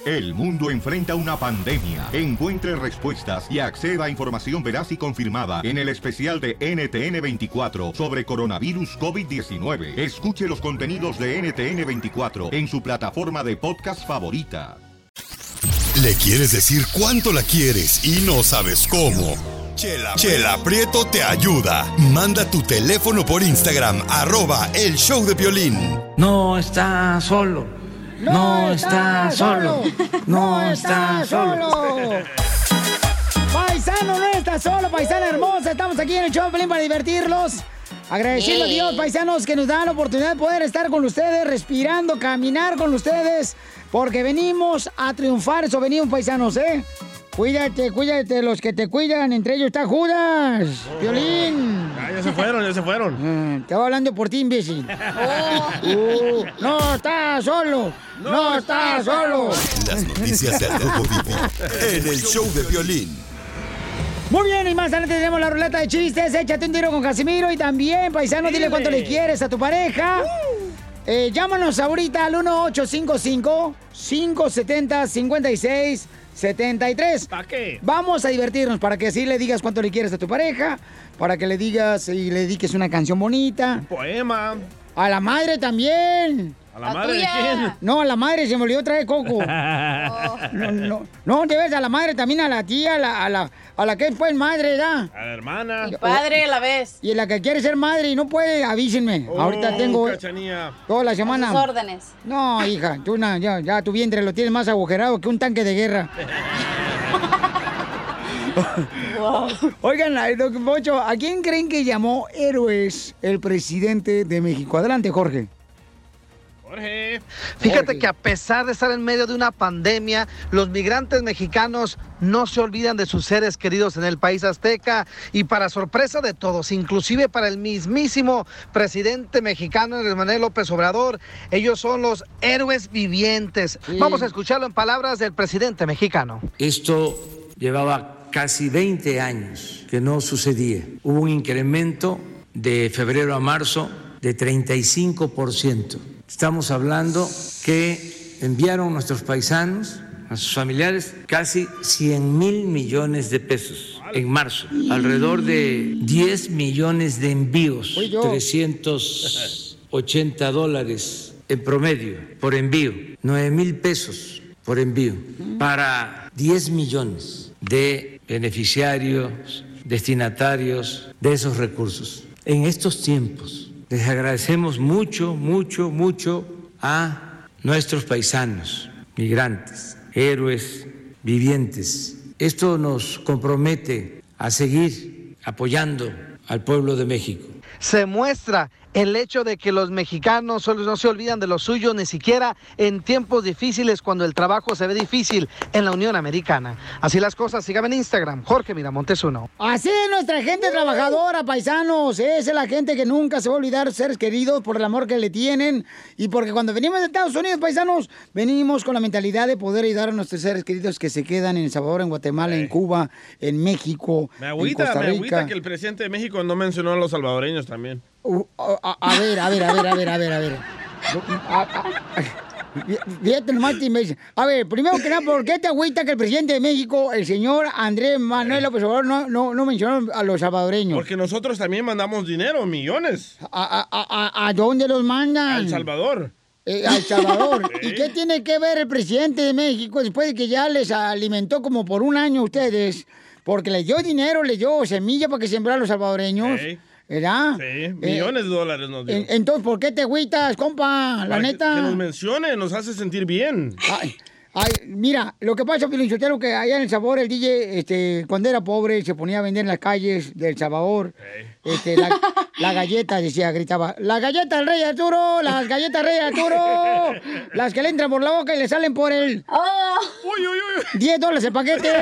El mundo enfrenta una pandemia. Encuentre respuestas y acceda a información veraz y confirmada en el especial de NTN24 sobre coronavirus COVID-19. Escuche los contenidos de NTN24 en su plataforma de podcast favorita. Le quieres decir cuánto la quieres y no sabes cómo. Chela Prieto te ayuda. Manda tu teléfono por Instagram, @El Show de Piolín. No está solo. No está solo. No está solo. Paisano no está solo, paisana hermosa. Estamos aquí en el show de Piolín para divertirlos. Agradeciendo a Dios, paisanos, que nos da la oportunidad de poder estar con ustedes, respirando, caminar con ustedes, porque venimos a triunfar. Eso venimos, paisanos, ¿eh? Cuídate, los que te cuidan. Entre ellos está Judas, Piolín. Ya se fueron. Estaba hablando por ti, imbécil. No está solo. No está solo. Las noticias del Rojo Vivo en el Show de Piolín. Muy bien, y más adelante tenemos la ruleta de chistes. Échate un tiro con Casimiro. Y también, paisano, dile cuánto le quieres a tu pareja. Llámanos ahorita al 1855-570-5673. ¿Para qué? Vamos a divertirnos para que así le digas cuánto le quieres a tu pareja, para que le digas y le dediques una canción bonita. Un poema. A la madre también. ¿A la madre de quién? No, a la madre se me olvidó traer coco. No, debes a la madre también, a la tía, a la que es pues madre, ¿da? A la hermana. Y padre a la vez. Y la que quiere ser madre y no puede, avísenme. Ahorita tengo Cachanía. toda la semana. A sus órdenes. No, hija, tú ya tu vientre lo tienes más agujerado que un tanque de guerra. Wow. Oigan, don Pocho, ¿a quién creen que llamó héroes el presidente de México? Adelante, Jorge. Fíjate que a pesar de estar en medio de una pandemia, los migrantes mexicanos no se olvidan de sus seres queridos en el país azteca y para sorpresa de todos, inclusive para el mismísimo presidente mexicano Andrés Manuel López Obrador, ellos son los héroes vivientes. Sí. Vamos a escucharlo en palabras del presidente mexicano. Esto llevaba casi 20 años que no sucedía. Hubo un incremento de febrero a marzo de 35%. Estamos hablando que enviaron nuestros paisanos, a sus familiares, casi 100,000 millones de pesos en marzo. Alrededor de 10 millones de envíos, $380 en promedio por envío, 9,000 pesos por envío, para 10 millones de beneficiarios, destinatarios de esos recursos. En estos tiempos, les agradecemos mucho a nuestros paisanos, migrantes, héroes vivientes. Esto nos compromete a seguir apoyando al pueblo de México. Se muestra el hecho de que los mexicanos no se olvidan de lo suyo ni siquiera en tiempos difíciles, cuando el trabajo se ve difícil en la Unión Americana. Así las cosas, síganme en Instagram, Jorge Miramontes 1. Así es nuestra gente trabajadora, paisanos. Esa es la gente que nunca se va a olvidar de seres queridos por el amor que le tienen. Y porque cuando venimos de Estados Unidos, paisanos, venimos con la mentalidad de poder ayudar a nuestros seres queridos que se quedan en El Salvador, en Guatemala, en Cuba, en México, en Costa Rica. Me agüita que el presidente de México no mencionó a los salvadoreños también. A ver. Fíjate nomás, a ver, primero que nada, ¿por qué te agüita que el presidente de México, el señor Andrés Manuel López Obrador, no mencionó a los salvadoreños? Porque nosotros también mandamos dinero, millones. ¿A dónde los mandan? A El Salvador. A El Salvador. ¿Y qué tiene que ver el presidente de México después de que ya les alimentó como por un año a ustedes? Porque les dio dinero, les dio semilla para que sembraran los salvadoreños. ¿Verdad? Sí, millones de dólares nos dio. Entonces, ¿por qué te agüitas, compa? La neta. Que nos mencione, nos hace sentir bien. Ay, mira, lo que pasa, Pilinchotero, que allá en El Salvador el DJ, cuando era pobre, se ponía a vender en las calles del Salvador. La galleta, gritaba, la galleta del Rey Arturo, las galletas Rey Arturo, las que le entran por la boca y le salen por el... $10 el paquete.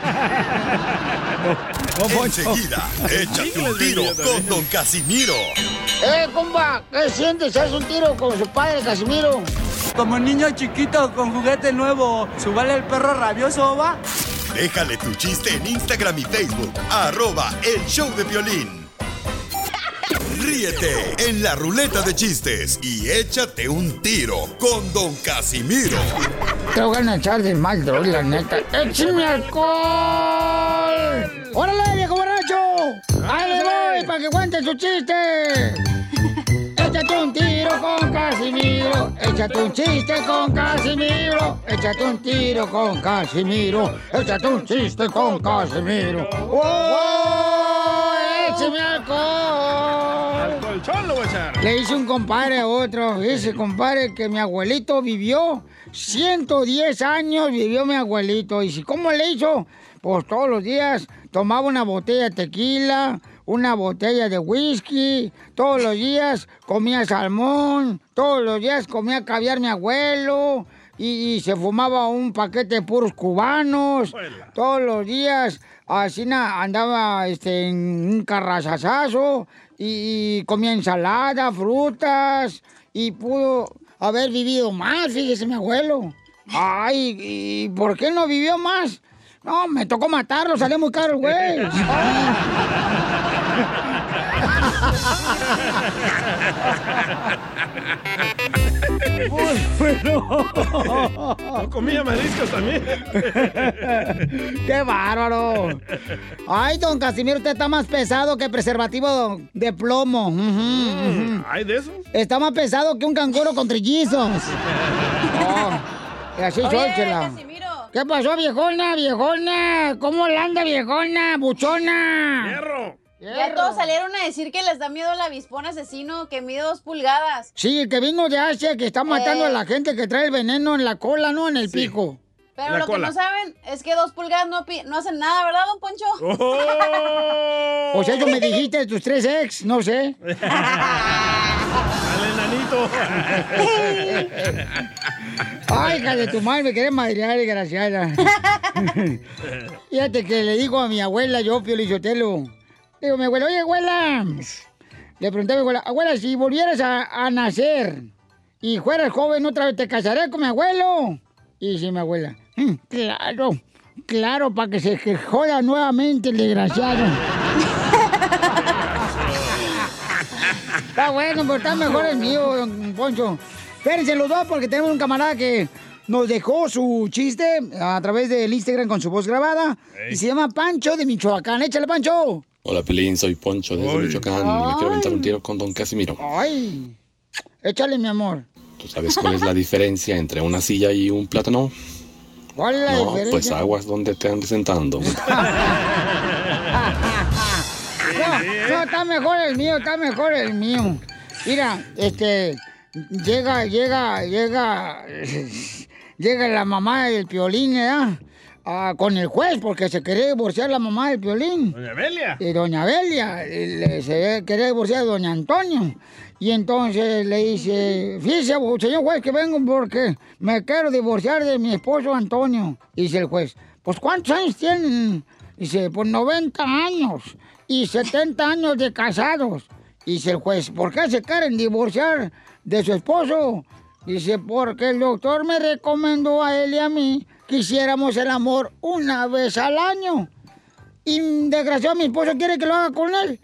Enseguida, échate un tiro con don Casimiro. Compa, ¿qué sientes? ¿Haz un tiro con su padre, Casimiro? Como niño chiquito con juguete nuevo, ¿subale el perro rabioso, va? Déjale tu chiste en Instagram y Facebook, @El Show de Piolín. Ríete en la ruleta de chistes y échate un tiro con Don Casimiro. Te voy a echar de mal, droga, la neta. ¡Échame alcohol! ¡Órale, viejo borracho! ¡Ahí le voy para que cuente su chiste! Échate un tiro con Casimiro. Échate un chiste con Casimiro. Échate un tiro con Casimiro. Échate un chiste con Casimiro. ¡Oh! ¡Échame alcohol! Al colchón lo voy a echar. Le hice un compadre a otro. Dice, compadre, que mi abuelito vivió 110 años, vivió mi abuelito. Y si, ¿cómo le hizo? Pues todos los días tomaba una botella de tequila, una botella de whisky, todos los días comía salmón, todos los días comía caviar mi abuelo, y se fumaba un paquete de puros cubanos, todos los días así andaba en un carrazazazo, y comía ensalada, frutas, y pudo haber vivido más, fíjese mi abuelo. Ay, ¿y por qué no vivió más? No, me tocó matarlo, salió muy caro el güey. No comía mariscos también. ¡Qué bárbaro! Ay, don Casimiro, usted está más pesado que preservativo de plomo. ¿Hay de eso? Está más pesado que un canguro con trillizos. Y así soy, chela. ¿Qué pasó, viejona, viejona? ¿Cómo la anda, viejona, buchona? ¡Hierro! Ya todos salieron a decir que les da miedo el avispón asesino que mide 2 pulgadas. Sí, el que vino de Asia, que está matando a la gente que trae el veneno en la cola, no en el pico. Pero lo que no saben es que 2 pulgadas no hacen nada, ¿verdad, don Poncho? O sea, tú me dijiste de tus 3 ex, no sé. Al enanito. Ay, hija de tu madre, me querés madrear, desgraciada. Fíjate que le digo a mi abuela, yo, Pio Lizotelo. Digo, mi abuela, oye, abuela. Le pregunté a mi abuela, abuela, si volvieras a nacer y fueras joven, ¿otra vez te casaré con mi abuelo? Y dice mi abuela, claro, para que se joda nuevamente el desgraciado. Está bueno, pero está mejor el mío, don Poncho. Espérense los dos porque tenemos un camarada que nos dejó su chiste a través del Instagram con su voz grabada. Y se llama Pancho de Michoacán. ¡Échale, Pancho! Hola, Pelín, soy Poncho desde Michoacán. Me quiero aventar un tiro con don Casimiro. ¡Ay! Échale, mi amor. ¿Tú sabes cuál es la diferencia entre una silla y un plátano? ¿Cuál es la diferencia? Pues aguas donde te andes sentando. No, está mejor el mío, está mejor el mío. Mira, llega la mamá del Piolín, ¿verdad? Con el juez, porque se quería divorciar la mamá del Piolín. Doña Belia. Y doña Belia, se quería divorciar de doña Antonio. Y entonces le dice, fíjese, señor juez, que vengo porque me quiero divorciar de mi esposo Antonio. Y dice el juez, pues ¿cuántos años tienen? Dice, pues 90 años y 70 años de casados. Dice el juez, ¿por qué se quieren divorciar de su esposo? Dice, porque el doctor me recomendó a él y a mí que hiciéramos el amor una vez al año. Y desgraciado, mi esposo quiere que lo haga con él.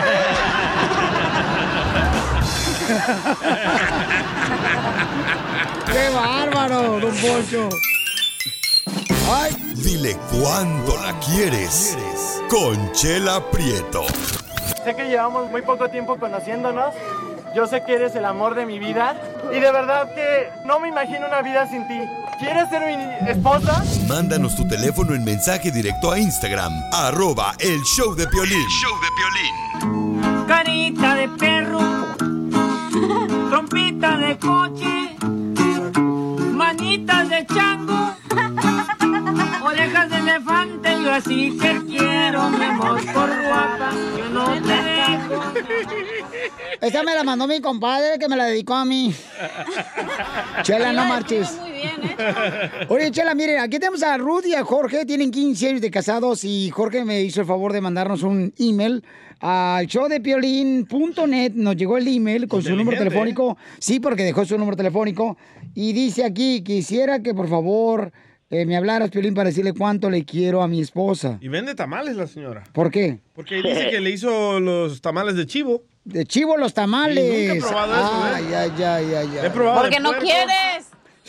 ¡Qué bárbaro, don Poncho! ¡Ay! Dile cuándo la quieres. Conchela Prieto. Sé que llevamos muy poco tiempo conociéndonos. Yo sé que eres el amor de mi vida. Y de verdad que no me imagino una vida sin ti. ¿Quieres ser mi esposa? Mándanos tu teléfono en mensaje directo a Instagram. @elshowdepiolín. El show de Piolín. Carita de perro, trompita de coche, manitas de chango, orejas de elefante. Yo así te quiero, mi amor, por guapa, yo no te dejo. Esta me la mandó mi compadre, que me la dedicó a mí. Chela, no marches. Muy bien, Oye, Chela, miren, aquí tenemos a Ruth y a Jorge, tienen 15 años de casados y Jorge me hizo el favor de mandarnos un email al showdepiolin.net. Nos llegó el email con su número telefónico. Sí, porque dejó su número telefónico. Y dice aquí, quisiera que por favor me hablaras, Piolín, para decirle cuánto le quiero a mi esposa. Y vende tamales la señora. ¿Por qué? Porque dice que le hizo los tamales de chivo. De chivo los tamales. Sí, nunca he probado eso, Ay. He probado Porque no quieres.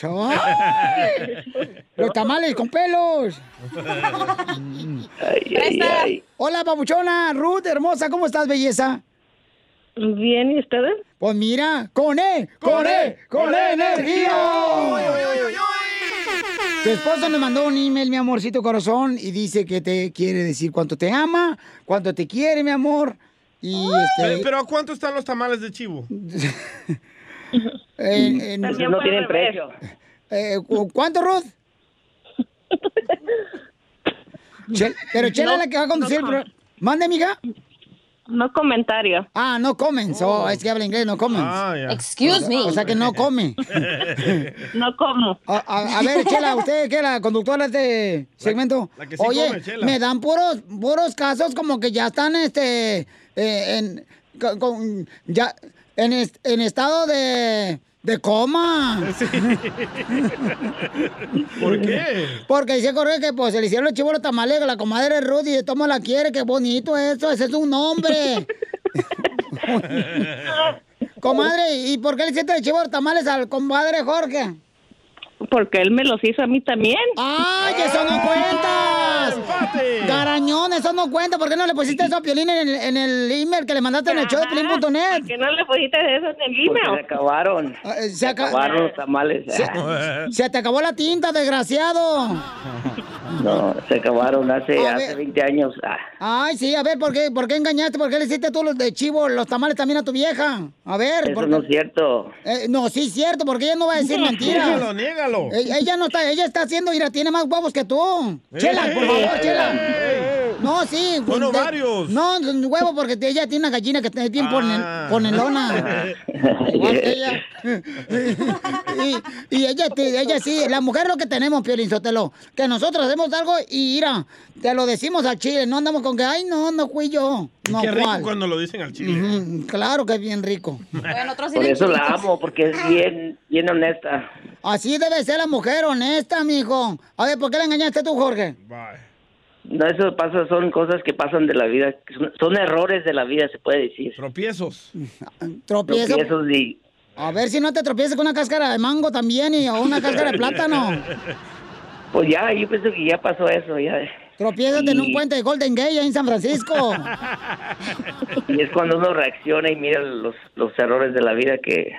Los tamales con pelos. Hola, papuchona. Ruth, hermosa, ¿cómo estás, belleza? Bien, ¿y ustedes? Pues mira, con energía. Tu esposo nos mandó un email, mi amorcito corazón, y dice que te quiere decir cuánto te ama, cuánto te quiere, mi amor. Y ¿Pero a cuánto están los tamales de chivo? No tienen precio. ¿Cuánto, Ruth? Pero Chela es la que va a conducir el programa. ¿Mande, amiga? No comentario. Ah, no comen. Es que habla inglés, no comen. Excuse me. O sea que no come. No como. A ver, Chela, ¿usted qué es la conductora de este segmento? La que sí Oye, come, Chela. me dan puros casos como que ya están en estado de coma. Sí. ¿Por qué? Porque dice Jorge que pues se le hicieron los chivos los tamales a la comadre Ruth y de toma la quiere, qué bonito eso, ese es un nombre. Comadre, ¿y por qué le hiciste los chivos los tamales al compadre Jorge? Porque él me los hizo a mí también. ¡Ay, eso no cuentas! Garañón, eso no cuenta. ¿Por qué no le pusiste eso a Piolín en el email que le mandaste en el show de Piolín.net? ¿Por qué no le pusiste eso en el email? Porque se acabaron. Se acabaron los tamales. Se te acabó la tinta, desgraciado. No, se acabaron hace 20 años. Ay, sí, a ver, ¿por qué engañaste? ¿Por qué le hiciste tú los de chivo, los tamales también a tu vieja? A ver. Eso no es cierto. No, sí es cierto, porque ella no va a decir mentiras. Niégalo. Ella no está, ella está haciendo, mira, tiene más huevos que tú. Chela, por favor, Chela. No, sí. Bueno, varios. No, huevo, porque ella tiene una gallina que tiene bien ponelona. Igual que ella. y ella sí, la mujer lo que tenemos, Piolín Sotelo, que nosotros hacemos algo y mira, te lo decimos al chile, no andamos con que, ay, no fui yo. No, qué rico ¿cuál? cuando lo dicen al chile. Claro que es bien rico. Bueno, por eso la amo, porque es bien honesta. Así debe ser la mujer, honesta, mijo. A ver, ¿por qué la engañaste tú, Jorge? No, eso pasa, son cosas que pasan de la vida, son errores de la vida, se puede decir. Tropiezos. Tropiezos y... A ver si no te tropiezas con una cáscara de mango también o una cáscara de plátano. Pues ya, yo pienso que ya pasó eso, ya. Tropiézate en un puente de Golden Gate ahí en San Francisco. Y es cuando uno reacciona y mira los errores de la vida que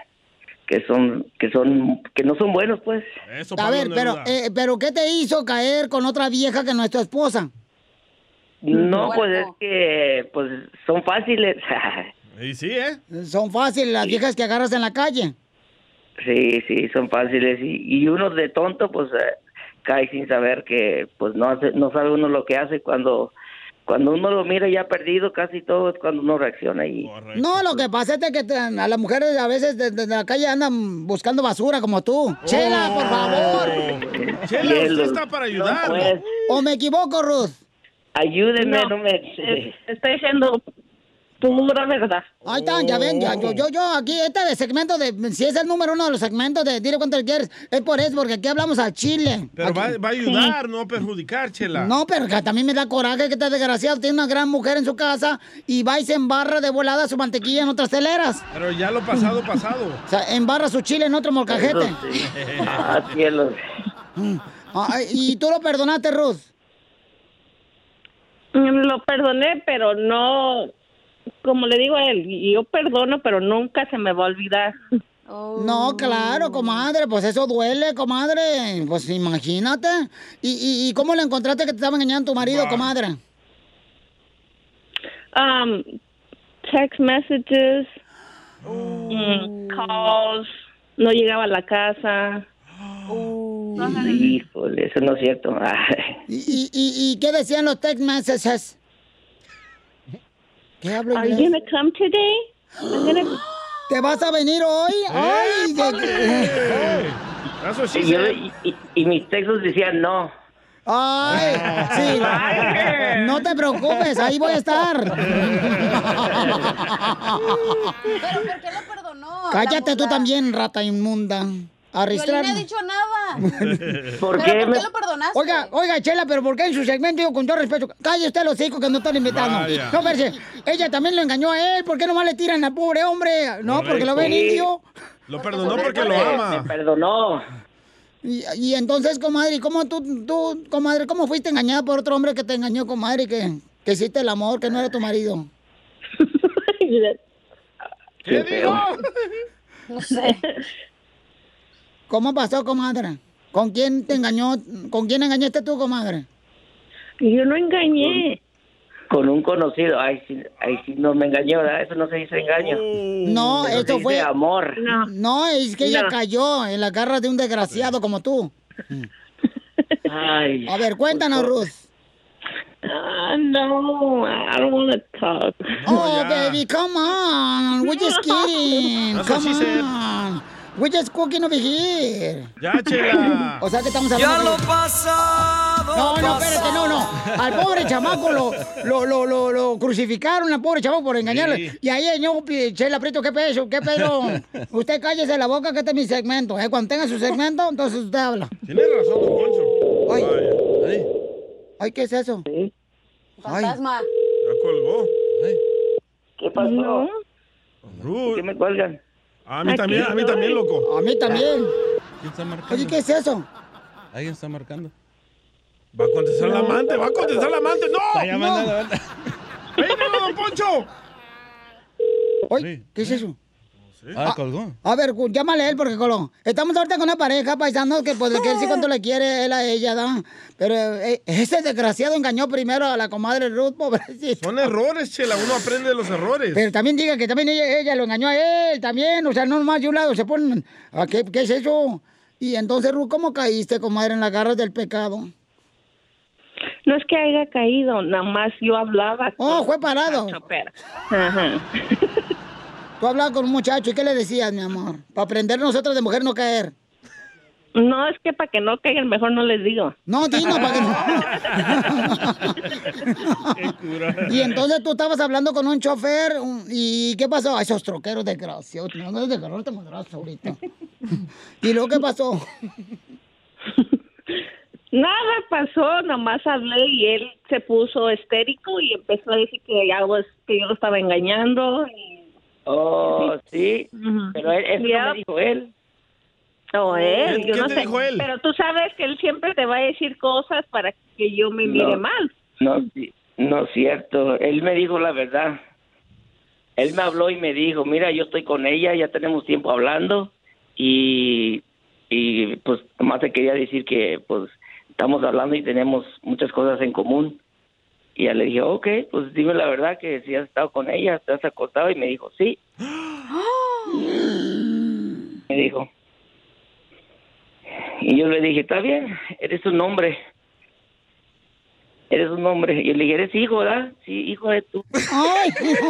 no son buenos, pues. Eso, a ver, pero ¿qué te hizo caer con otra vieja que no es tu esposa? No, pues es que pues son fáciles. Y sí, ¿eh? Son fáciles las viejas que agarras en la calle. Sí, son fáciles y uno de tonto pues cae sin saber que pues no sabe uno lo que hace cuando uno lo mira ya perdido casi todo es cuando uno reacciona y... No, lo que pasa es que a las mujeres a veces desde la calle andan buscando basura como tú. Chela, por favor. Chela, usted está para ayudar. No, pues. ¿O me equivoco, Ruth? Ayúdeme, Estoy diciendo pura verdad. Ahí está, ya ven, yo aquí, segmento si es el número 1 de los segmentos de Dile Cuánto Le Quieres, es por eso, porque aquí hablamos al chile. Pero va a ayudar, no a perjudicar, Chela. No, pero que también me da coraje que este desgraciado tiene una gran mujer en su casa y va y se embarra de volada su mantequilla en otras teleras. Pero ya lo pasado. O sea, embarra su chile en otro molcajete. Sí. Cielos. ¿Y tú lo perdonaste, Ruth? Lo perdoné, pero no... Como le digo a él, yo perdono, pero nunca se me va a olvidar. No, claro, comadre, pues eso duele, comadre. Pues imagínate. ¿Y cómo le encontraste que te estaba engañando tu marido, comadre? Text messages, calls, no llegaba a la casa. Híjole, eso no es cierto. ¿Y qué decían los text messages? ¿Qué hablo Are you gonna come today? ¿Te vas a venir hoy? ¡Ay! Eso sí. Y mis textos decían no. ¡Ay! Sí. No te preocupes, ahí voy a estar. ¿Pero por qué lo perdonó? Cállate tú también, rata inmunda. arrastrar. Yo no he dicho nada. ¿Por ¿Pero qué? por qué lo perdonaste? Oiga, Chela, pero ¿por qué en su segmento, yo con todo respeto, calle usted los hijos que no están invitando? Vaya. No, pero ella también lo engañó a él, ¿por qué nomás le tiran al pobre hombre? No, porque lo ven Sí. indio. Lo perdonó porque lo ama. Me perdonó. Y entonces, comadre, ¿cómo tú, comadre, cómo fuiste engañada por otro hombre que te engañó, comadre, que hiciste el amor, que no era tu marido? ¿Qué dijo? No sé. ¿Cómo pasó, comadre? ¿Con quién te engañó? ¿Con quién engañaste tú, comadre? Yo no engañé. Con un conocido. Ay, sí no me engañó, ¿verdad? Eso no se dice engaño. No, Eso esto se fue dice amor. No, es que ella No. cayó en las garras de un desgraciado como tú. Ay. A ver, cuéntanos, Ruth. No, I don't want to talk. Oh, ya. baby, come on. We're just kidding. That's what Come she said. on. We're just cooking over here. Ya, Chela. O sea que estamos hablando de... pasado. No, espérate, no. Al pobre chamaco lo crucificaron, al pobre chamaco por engañarle. Sí. Y ahí, señor Chela Prieto, ¿qué pedo? Usted cállese la boca que este es mi segmento. Cuando tenga su segmento, entonces usted habla. Tiene razón, don Poncho. Ay. Vaya. Ay, Ay, ¿qué es eso? Fantasma. ya colgó. Ay. ¿Qué pasó? No. Ruth. ¿Qué me cuelgan? A mí también, loco. A mí también. ¿Quién está marcando? Oye, ¿qué es eso? ¿Alguien está marcando? Va a contestar la amante, ¡No! Está llamando ¡No! a la banda. ¡Peínalo, don Poncho! Oye, Sí. ¿qué es eso? Colgó. A ver, llámale a él porque coló. Estamos ahorita con una pareja, paisanos, que pues que él sí cuánto le quiere él a ella, ¿da? Pero ese desgraciado engañó primero a la comadre Ruth, pobrecita. Son errores, Chela, uno aprende de los errores. Pero también diga que también ella lo engañó a él, también. O sea, no nomás de un lado se ponen... ¿Qué es eso? Y entonces, Ruth, ¿cómo caíste, comadre, en las garras del pecado? No es que haya caído, nada más yo hablaba. Oh, fue parado. Ajá. Tú hablabas con un muchacho, ¿y qué le decías, mi amor? Para aprender nosotros de mujer no caer. No, es que para que no caigan, mejor no les digo. No, Tino, para que no. Qué cura. Y entonces tú estabas hablando con un chofer, ¿y qué pasó? Esos troqueros desgraciados, no es de agarrarte madrazo ahorita. ¿Y luego qué pasó? Nada pasó, nomás hablé y él se puso histérico y empezó a decir que yo lo estaba engañando. Oh, sí. Pero eso no me dijo él. No, él, yo ¿Qué no te sé. dijo él? Pero tú sabes que él siempre te va a decir cosas para que yo me mire mal. No es cierto. Él me dijo la verdad. Él me habló y me dijo, mira, yo estoy con ella, ya tenemos tiempo hablando y pues nomás te quería decir que pues estamos hablando y tenemos muchas cosas en común. Y ya le dije, ok, pues dime la verdad que si has estado con ella, te has acostado, y me dijo, sí. Me dijo. Y yo le dije, está bien, eres un hombre. Eres un hombre. Y yo le dije, eres hijo, ¿verdad? Sí, hijo de tú. ¡Ay!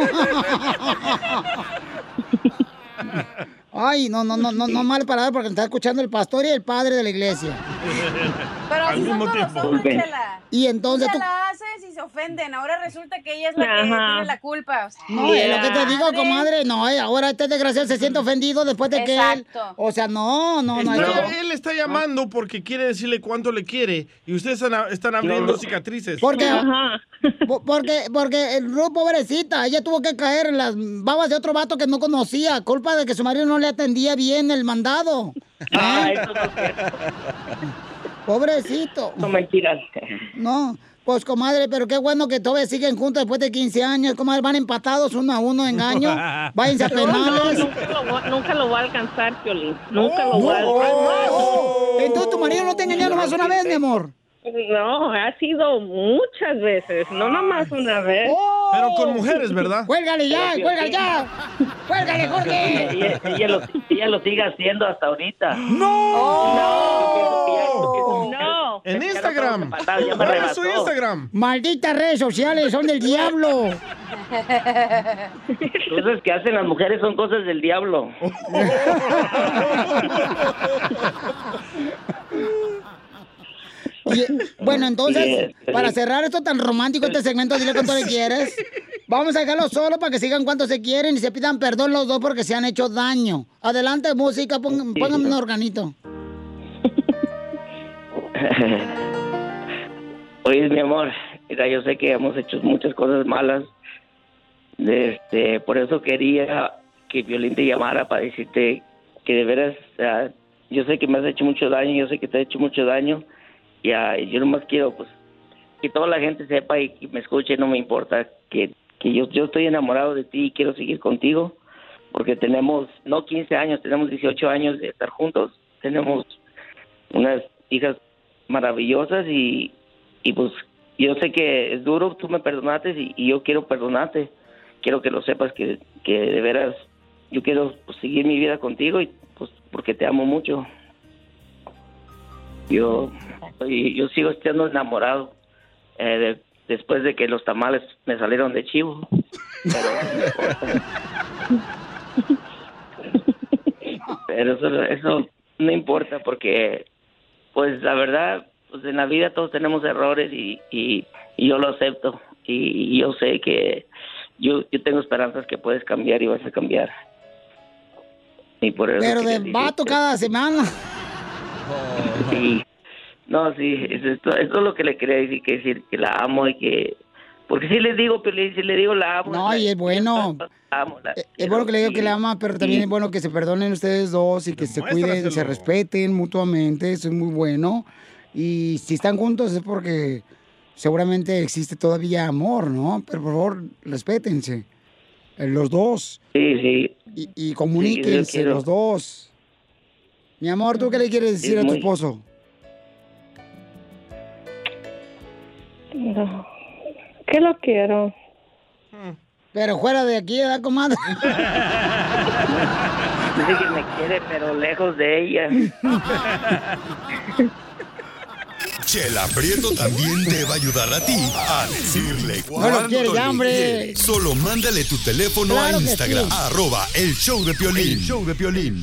Ay, no mal palabra porque está escuchando el pastor y el padre de la iglesia. Pero así son todos los hombres, Chela. Y entonces tú tú... la haces y se ofenden. Ahora resulta que ella es la que Ajá. tiene la culpa. O sea, No, es lo que te digo, madre. comadre. No, ahora este desgraciado se siente ofendido después de que él... Exacto. O sea, no hay que... Él está llamando porque quiere decirle cuánto le quiere y ustedes están abriendo cicatrices. Porque Ruth, pobrecita, ella tuvo que caer en las babas de otro vato que no conocía, culpa de que su marido no le atendía bien el mandado. Ah, eso no es cierto. Pobrecito. Son mentiras. No, pues comadre, pero qué bueno que todavía siguen juntos después de 15 años, comadre, van empatados 1-1 engaño. Váyanse a penales. Nunca lo voy a alcanzar, Piolín. Nunca lo voy a alcanzar. Entonces tu marido no te engañó nomás una vez, mi amor. No, ha sido muchas veces, no nomás una vez. Pero con mujeres, ¿verdad? ¡Cuélgale ya! ¡Cuélgale ya! ¡Cuélgale, Jorge! Ella lo sigue haciendo hasta ahorita. No. En Instagram. Ya me ¿Cuál es su arrebató. Instagram? Malditas redes sociales, son del diablo. Cosas que hacen las mujeres son cosas del diablo. Y, bueno, entonces, Sí, para cerrar esto tan romántico, este segmento, dile cuánto le quieres. Vamos a dejarlo solo para que sigan cuánto se quieren y se pidan perdón los dos porque se han hecho daño. Adelante, música, pónganme un organito. Oye, mi amor, mira, yo sé que hemos hecho muchas cosas malas. Por eso quería que Piolín te llamara para decirte que de veras, yo sé que me has hecho mucho daño, yo sé que te he hecho mucho daño. Y yo nomás quiero, pues, que toda la gente sepa y que me escuche, no me importa, que yo estoy enamorado de ti y quiero seguir contigo, porque tenemos, no 15 años, tenemos 18 años de estar juntos. Tenemos unas hijas maravillosas y pues yo sé que es duro, tú me perdonaste y yo quiero perdonarte. Quiero que lo sepas que de veras yo quiero, pues, seguir mi vida contigo y pues porque te amo mucho. Yo sigo estando enamorado después de que los tamales me salieron de chivo. Pero eso no importa porque, pues, la verdad, pues en la vida todos tenemos errores y yo lo acepto y yo sé que yo tengo esperanzas que puedes cambiar y vas a cambiar. Y por eso pero de vato cada semana. Sí. No, sí, eso es lo que le quería decir, que la amo y que... Porque si le digo, pero si le digo la amo... No, y es bueno. Es bueno que le digo que la ama, pero también es bueno que se perdonen ustedes dos y que se cuiden, se respeten mutuamente. Eso es muy bueno. Y si están juntos es porque seguramente existe todavía amor, ¿no? Pero por favor, respétense. Los dos. Sí. Y comuníquense los dos. Mi amor, ¿tú qué le quieres decir a tu esposo? No, que lo quiero. Pero fuera de aquí, ¿verdad, comadre? Dice que me quiere, pero lejos de ella. Chela Prieto también te va a ayudar a ti a decirle cuánto quiere, le hambre. quieres. Solo mándale tu teléfono Claro a que Instagram, sí. @el show de Piolín. El show de Piolín.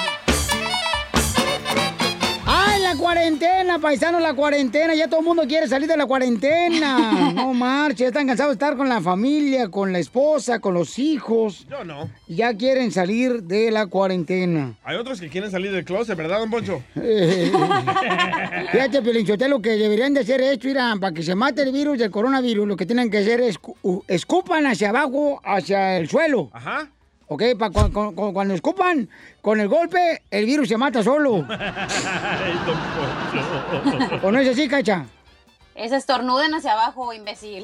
¡Ay, la cuarentena, paisanos, la cuarentena! Ya todo el mundo quiere salir de la cuarentena. No marches, están cansados de estar con la familia, con la esposa, con los hijos. Yo no. Ya quieren salir de la cuarentena. Hay otros que quieren salir del closet, ¿verdad, don Poncho? Fíjate, Piolinchotelo, lo que deberían de hacer es, mira, para que se mate el virus del coronavirus, lo que tienen que hacer es escupan hacia abajo, hacia el suelo. Ajá. Ok, cuando escupan, con el golpe, el virus se mata solo. ¿O no es así, Cacha? Es estornuden hacia abajo, imbécil.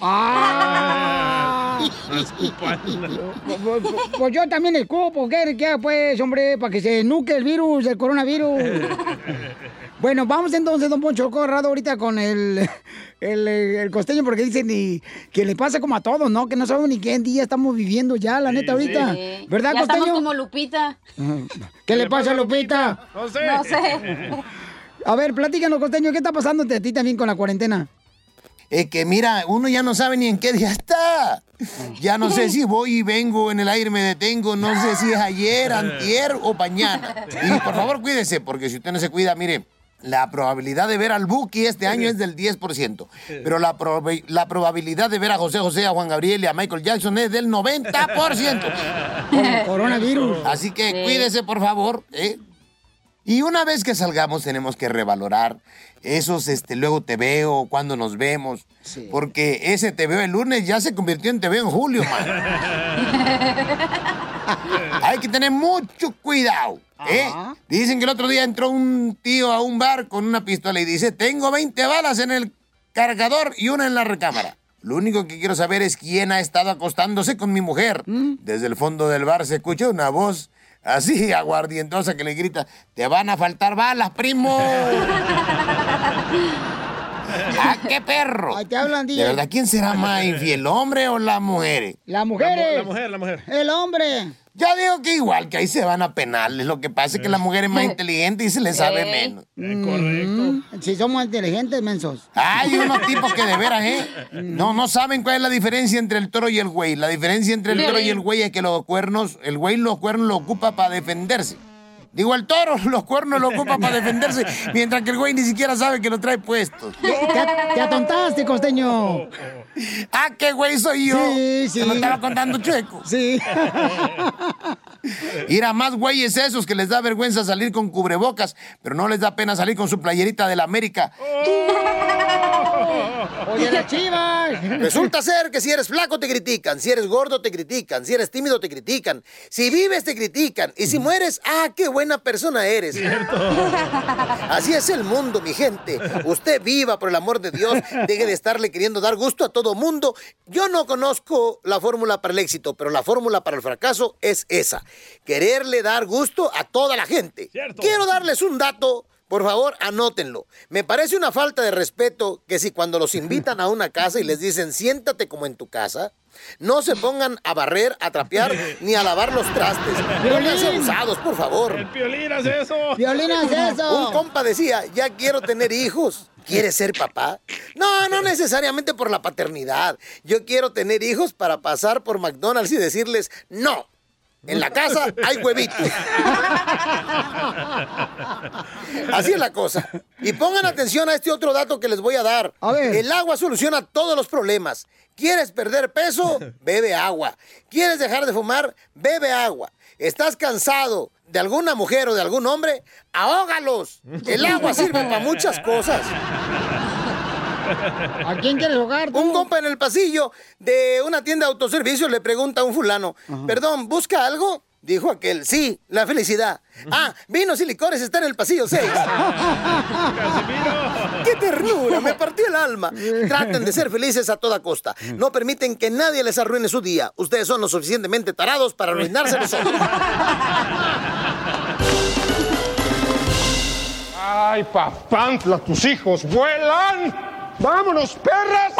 Pues yo también escupo, ¿qué pues, hombre? Para que se nuque el virus, el coronavirus. Bueno, vamos entonces, don Poncho Corrado, ahorita con el costeño, porque dicen que le pasa como a todos, ¿no? Que no sabemos ni qué día estamos viviendo ya, la neta, ahorita. Sí. ¿Verdad, ya costeño? Estamos como Lupita. ¿Qué le pasa a Lupita? No sé. A ver, platícanos, costeño, ¿qué está pasando a ti también con la cuarentena? Es que mira, uno ya no sabe ni en qué día está. Ya no sé si voy y vengo, en el aire me detengo, no sé si es ayer, antier o mañana. Y por favor cuídese, porque si usted no se cuida, mire, la probabilidad de ver al Buki este año es del 10%. Pero la probabilidad de ver a José José, a Juan Gabriel y a Michael Jackson es del 90%. Con coronavirus. Así que cuídese, por favor, ¿eh? Y una vez que salgamos tenemos que revalorar esos luego te veo, cuando nos vemos. Sí. Porque ese te veo el lunes ya se convirtió en te veo en julio, man. Hay que tener mucho cuidado, ¿eh? Dicen que el otro día entró un tío a un bar con una pistola y dice, tengo 20 balas en el cargador y una en la recámara. Lo único que quiero saber es quién ha estado acostándose con mi mujer. Desde el fondo del bar se escucha una voz así aguardientosa que le grita, te van a faltar balas, primo. ¡Ah, qué perro! Ay, te hablan, DJ. De verdad, ¿quién será más infiel, el hombre o las mujeres? Las mujeres. La mujer. El hombre. Yo digo que igual, que ahí se van a penales. Lo que pasa es que la mujer es más inteligente y se le sabe menos. Correcto. Si somos inteligentes, mensos. Hay unos tipos que de veras, no saben cuál es la diferencia entre el toro y el güey. La diferencia entre el toro y el güey es que los cuernos, el güey los cuernos lo ocupa para defenderse. Digo, el toro, los cuernos lo ocupa para defenderse, mientras que el güey ni siquiera sabe que lo trae puesto. Te atontaste, costeño. Ah, ¿qué güey soy yo? Sí, sí. Se lo estaba contando chueco. Sí. Ir a más güeyes esos que les da vergüenza salir con cubrebocas, pero no les da pena salir con su playerita de la América. ¡Oye, las Chivas! Resulta ser que si eres flaco te critican, si eres gordo te critican, si eres tímido te critican, si vives te critican y si mueres, qué buena persona eres. Cierto. Así es el mundo, mi gente. Usted viva, por el amor de Dios, deje de estarle queriendo dar gusto a todo mundo. Yo no conozco la fórmula para el éxito, pero la fórmula para el fracaso es esa: quererle dar gusto a toda la gente. Cierto. Quiero darles un dato. Por favor, anótenlo. Me parece una falta de respeto que si cuando los invitan a una casa y les dicen siéntate como en tu casa, no se pongan a barrer, a trapear, ni a lavar los trastes. Pónganse abusados, por favor. El Piolín hace eso. Piolín hace eso. Un compa decía, ya quiero tener hijos. ¿Quieres ser papá? No, no necesariamente por la paternidad. Yo quiero tener hijos para pasar por McDonald's y decirles no. En la casa hay huevitos. Así es la cosa. Y pongan atención a este otro dato que les voy a dar. A ver. El agua soluciona todos los problemas. ¿Quieres perder peso? Bebe agua. ¿Quieres dejar de fumar? Bebe agua. ¿Estás cansado de alguna mujer o de algún hombre? ¡Ahógalos! El agua sirve para muchas cosas. ¿A quién quieres ahogar tú? Un compa en el pasillo de una tienda de autoservicio le pregunta a un fulano, perdón, ¿busca algo? Dijo aquel, sí, la felicidad. Vinos y licores está en el pasillo 6. ¡Qué ternura! Me partió el alma. Traten de ser felices a toda costa. No permiten que nadie les arruine su día. Ustedes son lo suficientemente tarados para arruinarse nosotros. ¡Ay, papantla, tus hijos vuelan! ¡Vámonos, perras!